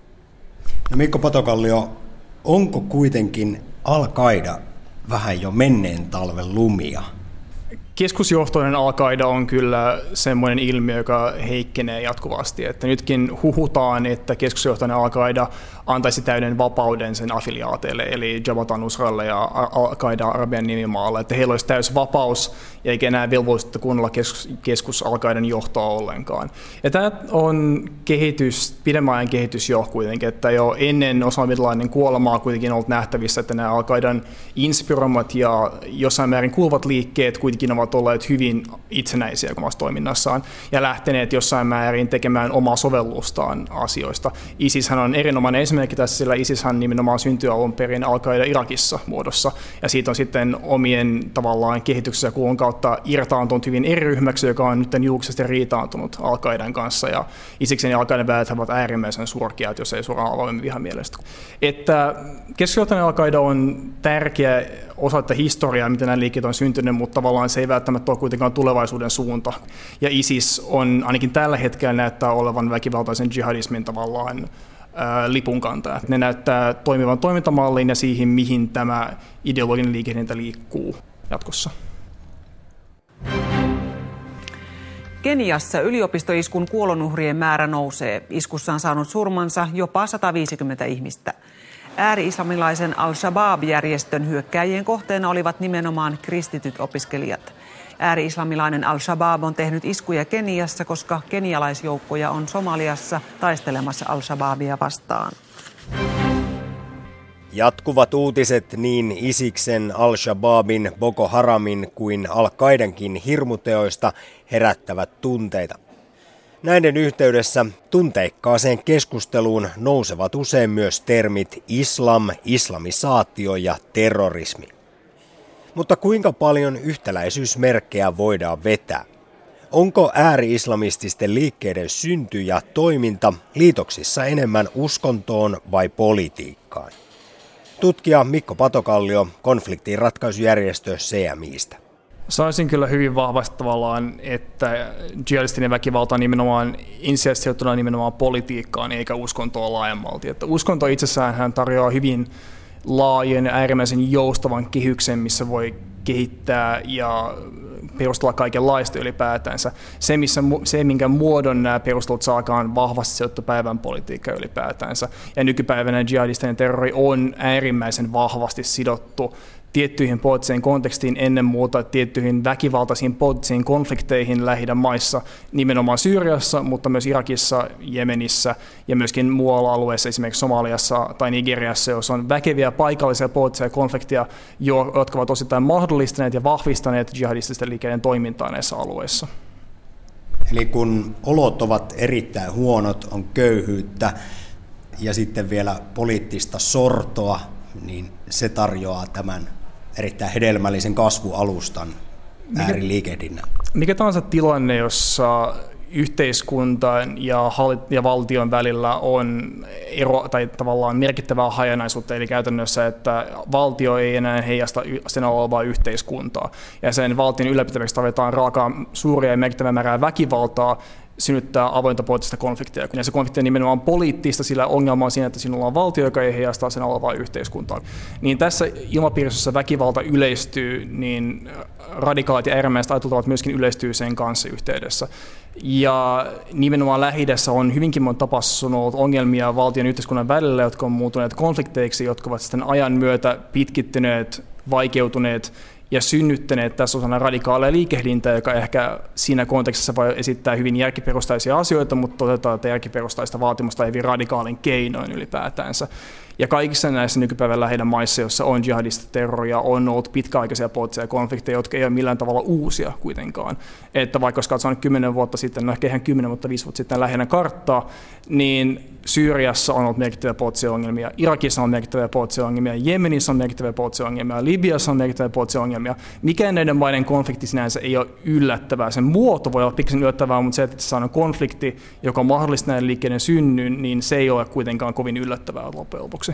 No Mikko Patokallio, onko kuitenkin Al-Qaida vähän jo menneen talven lumia? Keskusjohtoinen Al-Qaida on kyllä semmoinen ilmiö, joka heikkenee jatkuvasti. Että nytkin huhutaan, että keskusjohtoinen Al-Qaida antaisi täyden vapauden sen affiliaateille, eli Jabhat al-Nusralle ja Al-Qaida Arabian nimimaalle, että heillä olisi täysi vapaus ja eikä enää velvollisuutta kuunnella keskus Al-Qaidan johtoa ollenkaan. Ja tämä on pidemmän ajan kehitys jo kuitenkin, että jo ennen Osama bin Ladenin kuolemaa kuitenkin on ollut nähtävissä, että nämä Al-Qaidan inspiroimat ja jossain määrin kuuluvat liikkeet kuitenkin ovat olleet hyvin itsenäisiä omassa toiminnassaan ja lähteneet jossain määrin tekemään omaa sovellustaan asioista. ISIShän on erinomainen esimerkki tässä, sillä ISIShän nimenomaan syntyi alun perin Al-Qaida Irakissa muodossa, ja siitä on sitten omien tavallaan kehityksessä ja kulun kautta irtaantunut hyvin eri ryhmäksi, joka on nyt julkisesti riitaantunut Al-Qaidan kanssa, ja ISISin ja Al-Qaidan välit ovat äärimmäisen surkeat, jos ei suoraan avoimen vihamielestä. Että keskusjohtoinen Al-Qaida on tärkeä osa tätä historiaa, miten nämä liikkeet on syntynyt, mutta tavallaan se ei välttämättä ole kuitenkaan tulevaisuuden suunta. Ja ISIS on ainakin tällä hetkellä näyttää olevan väkivaltaisen jihadismin tavallaan lipunkantaja. Ne näyttää toimivan toimintamalliin ja siihen, mihin tämä ideologinen liikehdintä liikkuu jatkossa. Keniassa yliopistoiskun kuolonuhrien määrä nousee. Iskussa on saanut surmansa jopa 150 ihmistä. Ääri-islamilaisen Al-Shabaab-järjestön hyökkääjien kohteena olivat nimenomaan kristityt opiskelijat. Ääri-islamilainen Al-Shabaab on tehnyt iskuja Keniassa, koska kenialaisjoukkoja on Somaliassa taistelemassa Al-Shabaabia vastaan. Jatkuvat uutiset niin Isiksen, Al-Shabaabin, Boko Haramin kuin Al-Qaidankin hirmuteoista herättävät tunteita. Näiden yhteydessä tunteikkaaseen keskusteluun nousevat usein myös termit islam, islamisaatio ja terrorismi. Mutta kuinka paljon yhtäläisyysmerkkejä voidaan vetää? Onko ääri-islamististen liikkeiden synty ja toiminta liitoksissa enemmän uskontoon vai politiikkaan? Tutkija Mikko Patokallio konfliktinratkaisujärjestö CMI:stä. Sanoisin kyllä hyvin vahvasti tavallaan, että jihadistinen väkivalta on nimenomaan ensisijaisesti nimenomaan politiikkaan eikä uskontoa laajemmalti. Että uskonto itsessään hän tarjoaa hyvin laajan ja äärimmäisen joustavan kehyksen, missä voi kehittää ja perustella kaikenlaista ylipäätänsä. Se, minkä muodon nämä perustelut saakaan vahvasti sijoittu päivän politiikka ylipäätänsä. Ja nykypäivänä jihadistinen terrori on äärimmäisen vahvasti sidottu tiettyihin poliittiseen kontekstiin, ennen muuta tiettyihin väkivaltaisiin poliittisiin konflikteihin Lähi-idän maissa, nimenomaan Syyriassa, mutta myös Irakissa, Jemenissä ja myöskin muualla alueessa, esimerkiksi Somaliassa tai Nigeriassa, jossa on väkeviä paikallisia poliittisia konflikteja, jotka ovat osittain mahdollistaneet ja vahvistaneet jihadististen liikkeiden toimintaa näissä alueissa. Eli kun olot ovat erittäin huonot, on köyhyyttä ja sitten vielä poliittista sortoa, niin se tarjoaa tämän erittäin hedelmällisen kasvualustan ääriliikehdinnän. Mikä tahansa tilanne, jossa yhteiskuntaan ja valtion välillä on ero tai tavallaan merkittävää hajanaisuutta, eli käytännössä, että valtio ei enää heijasta sen olevaa yhteiskuntaa, ja sen valtion ylläpitämiseksi tarvitaan suuria ja merkittävää määrää väkivaltaa, synnyttää avointa poliittista konfliktia. Ja se konflikti on nimenomaan poliittista, sillä ongelma on siinä, että sinulla on valtio, joka ei heijastaa sen olevaa yhteiskuntaa. Niin tässä ilmapiirissä, jossa väkivalta yleistyy, niin radikaalit ja äärimmäiset ajattelutavat myöskin yleistyy sen kanssa yhteydessä. Ja nimenomaan Lähi-idässä on hyvinkin monta tapahtunut ongelmia valtion ja yhteiskunnan välillä, jotka on muuttuneet konflikteiksi, jotka ovat sitten ajan myötä pitkittyneet, vaikeutuneet ja synnyttäneet tässä osana radikaaleja liikehdintää, joka ehkä siinä kontekstissa voi esittää hyvin järkiperustaisia asioita, mutta toteutetaan tätä järkiperustaista vaatimusta hyvin radikaalin keinoin ylipäätänsä. Ja kaikissa näissä nykypäivän Lähi-idän maissa, joissa on jihadista terroria, on ollut pitkäaikaisia poliittisia konflikteja, jotka ei ole millään tavalla uusia kuitenkaan. Että vaikka jos katsotaan 10 vuotta sitten, no ehkä ihan 10, mutta 5 vuotta sitten Lähi-idän karttaa, niin Syyriassa on ollut merkittäviä poliittisia ongelmia, Irakissa on merkittäviä poliittisia ongelmia, Jemenissä on merkittäviä poliittisia ongelmia, Libyassa on merkittäviä poliittisia ongelmia. Mikään näiden maiden konflikti sinänsä ei ole yllättävää. Sen muoto voi olla pikkasen yllättävää, mutta se, että se on konflikti, joka mahdollistaa näiden liikkeiden synnyn, niin se ei ole kuitenkaan kovin yllättävää loppujen lopuksi.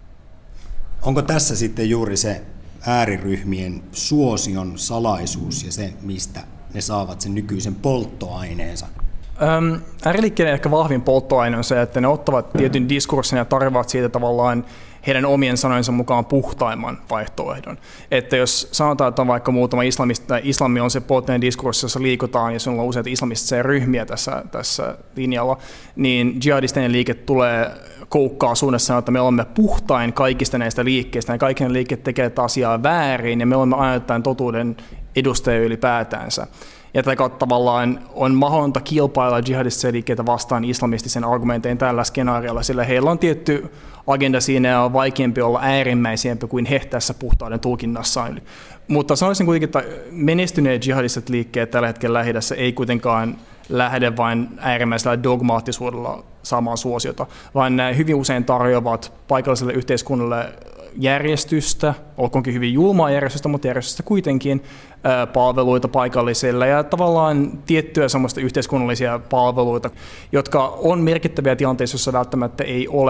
Onko tässä sitten juuri se ääriryhmien suosion salaisuus ja se, mistä ne saavat sen nykyisen polttoaineensa? Ääriliikkeiden ehkä vahvin polttoaine on se, että ne ottavat tietyn diskurssin ja tarjoavat siitä tavallaan heidän omien sanojensa mukaan puhtaimman vaihtoehdon. Että jos sanotaan, että on vaikka muutama islami on se poliittinen diskurssi, jossa liikutaan ja sinulla on useita islamistisia ryhmiä tässä linjalla, niin jihadistinen liike tulee koukkaa suunnassa, että me olemme puhtain kaikista näistä liikkeistä ja kaikki ne liikkeet tekevät asiaa väärin ja me olemme aina jotain totuuden edustajia ylipäätänsä. Ja tätä kautta tavallaan on mahdollista kilpailla jihadistisia liikkeitä vastaan islamistisen argumentein tällä skenaariolla, sillä heillä on tietty agenda siinä ja on vaikeampi olla äärimmäisempi kuin he tässä puhtauden tulkinnassaan. Mutta sanoisin kuitenkin, että menestyneet jihadistiset liikkeet tällä hetkellä Lähi-idässä ei kuitenkaan lähde vain äärimmäisellä dogmaattisuudella saamaan suosiota, vaan nämä hyvin usein tarjoavat paikalliselle yhteiskunnalle järjestystä, olkoonkin hyvin julmaa järjestystä, mutta järjestystä kuitenkin, palveluita paikallisille ja tavallaan tiettyjä semmoista yhteiskunnallisia palveluita, jotka on merkittäviä tilanteissa, joissa välttämättä ei ole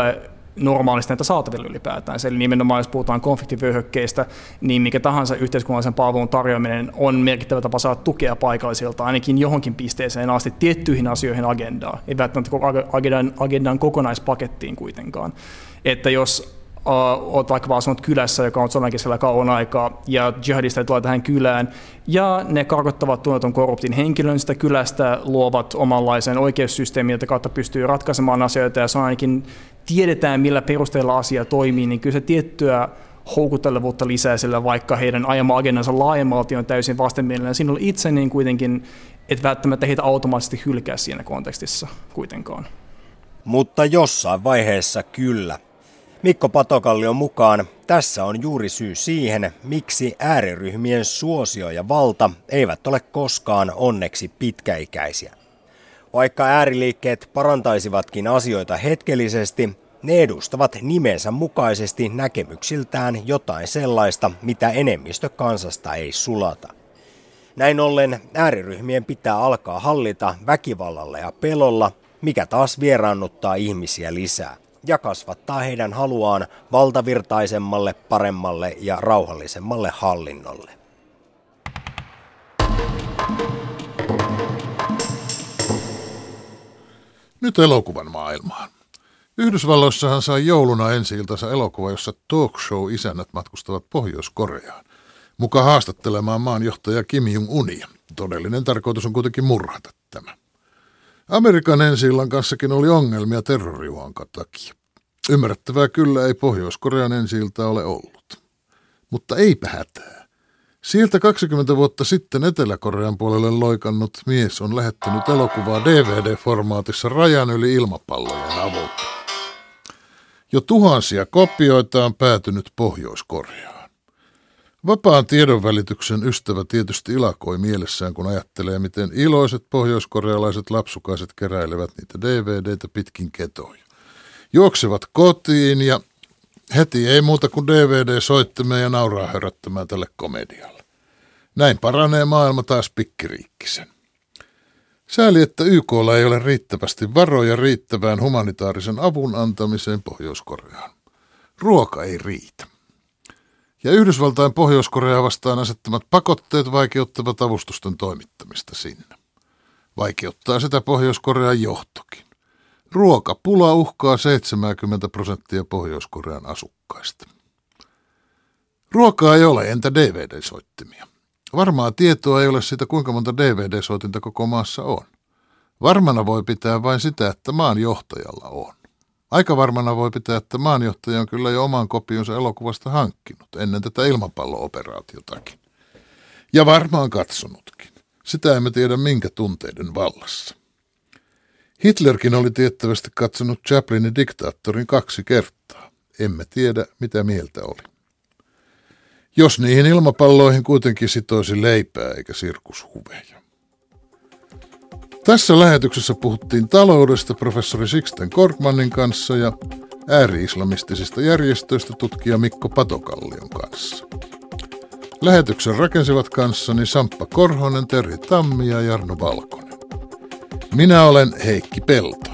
normaalisti näitä saatavilla ylipäätään. Eli nimenomaan jos puhutaan konfliktivyöhykkeistä, niin mikä tahansa yhteiskunnallisen palvelun tarjoaminen on merkittävä tapa saada tukea paikallisilta, ainakin johonkin pisteeseen asti tiettyihin asioihin agendaan, ei välttämättä agendan kokonaispakettiin kuitenkaan. Että jos olet vaikka vaan asunut kylässä, joka on sodan keskellä kauan aikaa, ja jihadistit tulee tähän kylään, ja ne karkottavat tunnetun korruptin henkilön sitä kylästä, luovat omanlaisen oikeussysteemin, jota kautta pystyy ratkaisemaan asioita, ja se on ainakin tiedetään, millä perusteella asia toimii, niin kyllä se tiettyä houkuttelevuutta lisää sillä, vaikka heidän ajama agendansa laajemmalti on täysin vastenmielinen. Siinä oli itse niin kuitenkin, että välttämättä heitä automaattisesti hylkää siinä kontekstissa kuitenkaan. Mutta jossain vaiheessa kyllä. Mikko Patokallion mukaan tässä on juuri syy siihen, miksi ääriryhmien suosio ja valta eivät ole koskaan onneksi pitkäikäisiä. Vaikka ääriliikkeet parantaisivatkin asioita hetkellisesti, ne edustavat nimensä mukaisesti näkemyksiltään jotain sellaista, mitä enemmistö kansasta ei sulata. Näin ollen ääriryhmien pitää alkaa hallita väkivallalla ja pelolla, mikä taas vieraannuttaa ihmisiä lisää ja kasvattaa heidän haluaan valtavirtaisemmalle, paremmalle ja rauhallisemmalle hallinnolle. Nyt elokuvan maailmaan. Yhdysvalloissahan sai jouluna ensi-iltansa elokuva, jossa talk show-isännät matkustavat Pohjois-Koreaan, mukaan haastattelemaan maanjohtaja Kim Jong-unia. Todellinen tarkoitus on kuitenkin murhata tämä. Amerikan ensi-illan kanssakin oli ongelmia terroriuhankan takia. Ymmärrettävää kyllä ei Pohjois-Korean ensi-iltaa ole ollut. Mutta eipä hätää. Sieltä 20 vuotta sitten Etelä-Korean puolelle loikannut mies on lähettänyt elokuvaa DVD-formaatissa rajan yli ilmapallojen avulla. Jo tuhansia kopioita on päätynyt Pohjois-Koreaan. Vapaan tiedonvälityksen ystävä tietysti ilakoi mielessään, kun ajattelee, miten iloiset pohjoiskorealaiset lapsukaiset keräilevät niitä DVDtä pitkin ketoja. Juoksevat kotiin ja heti ei muuta kuin DVD-soittimeen ja nauraa höröttämään tälle komedialle. Näin paranee maailma taas pikkiriikkisen. Sääli, että YK:lla ei ole riittävästi varoja riittävään humanitaarisen avun antamiseen Pohjois-Koreaan. Ruoka ei riitä. Ja Yhdysvaltain Pohjois-Koreaa vastaan asettamat pakotteet vaikeuttavat avustusten toimittamista sinne. Vaikeuttaa sitä Pohjois-Korean johtokin. Ruokapula uhkaa 70% Pohjois-Korean asukkaista. Ruokaa ei ole, entä DVD-soittimia? Varmaa tietoa ei ole siitä, kuinka monta DVD-soitinta koko maassa on. Varmana voi pitää vain sitä, että maan johtajalla on. Aika varmana voi pitää, että maanjohtaja on kyllä jo oman kopionsa elokuvasta hankkinut ennen tätä ilmapallo-operaatiotakin. Ja varmaan katsonutkin. Sitä emme tiedä minkä tunteiden vallassa. Hitlerkin oli tiettävästi katsonut Chaplinin Diktaattorin 2 kertaa. Emme tiedä, mitä mieltä oli. Jos niihin ilmapalloihin kuitenkin sitoisi leipää eikä sirkushuveja. Tässä lähetyksessä puhuttiin taloudesta professori Sixten Korkmanin kanssa ja ääri-islamistisista järjestöistä tutkija Mikko Patokallion kanssa. Lähetyksen rakensivat kanssani Samppa Korhonen, Terhi Tammi ja Jarno Valkonen. Minä olen Heikki Pelto.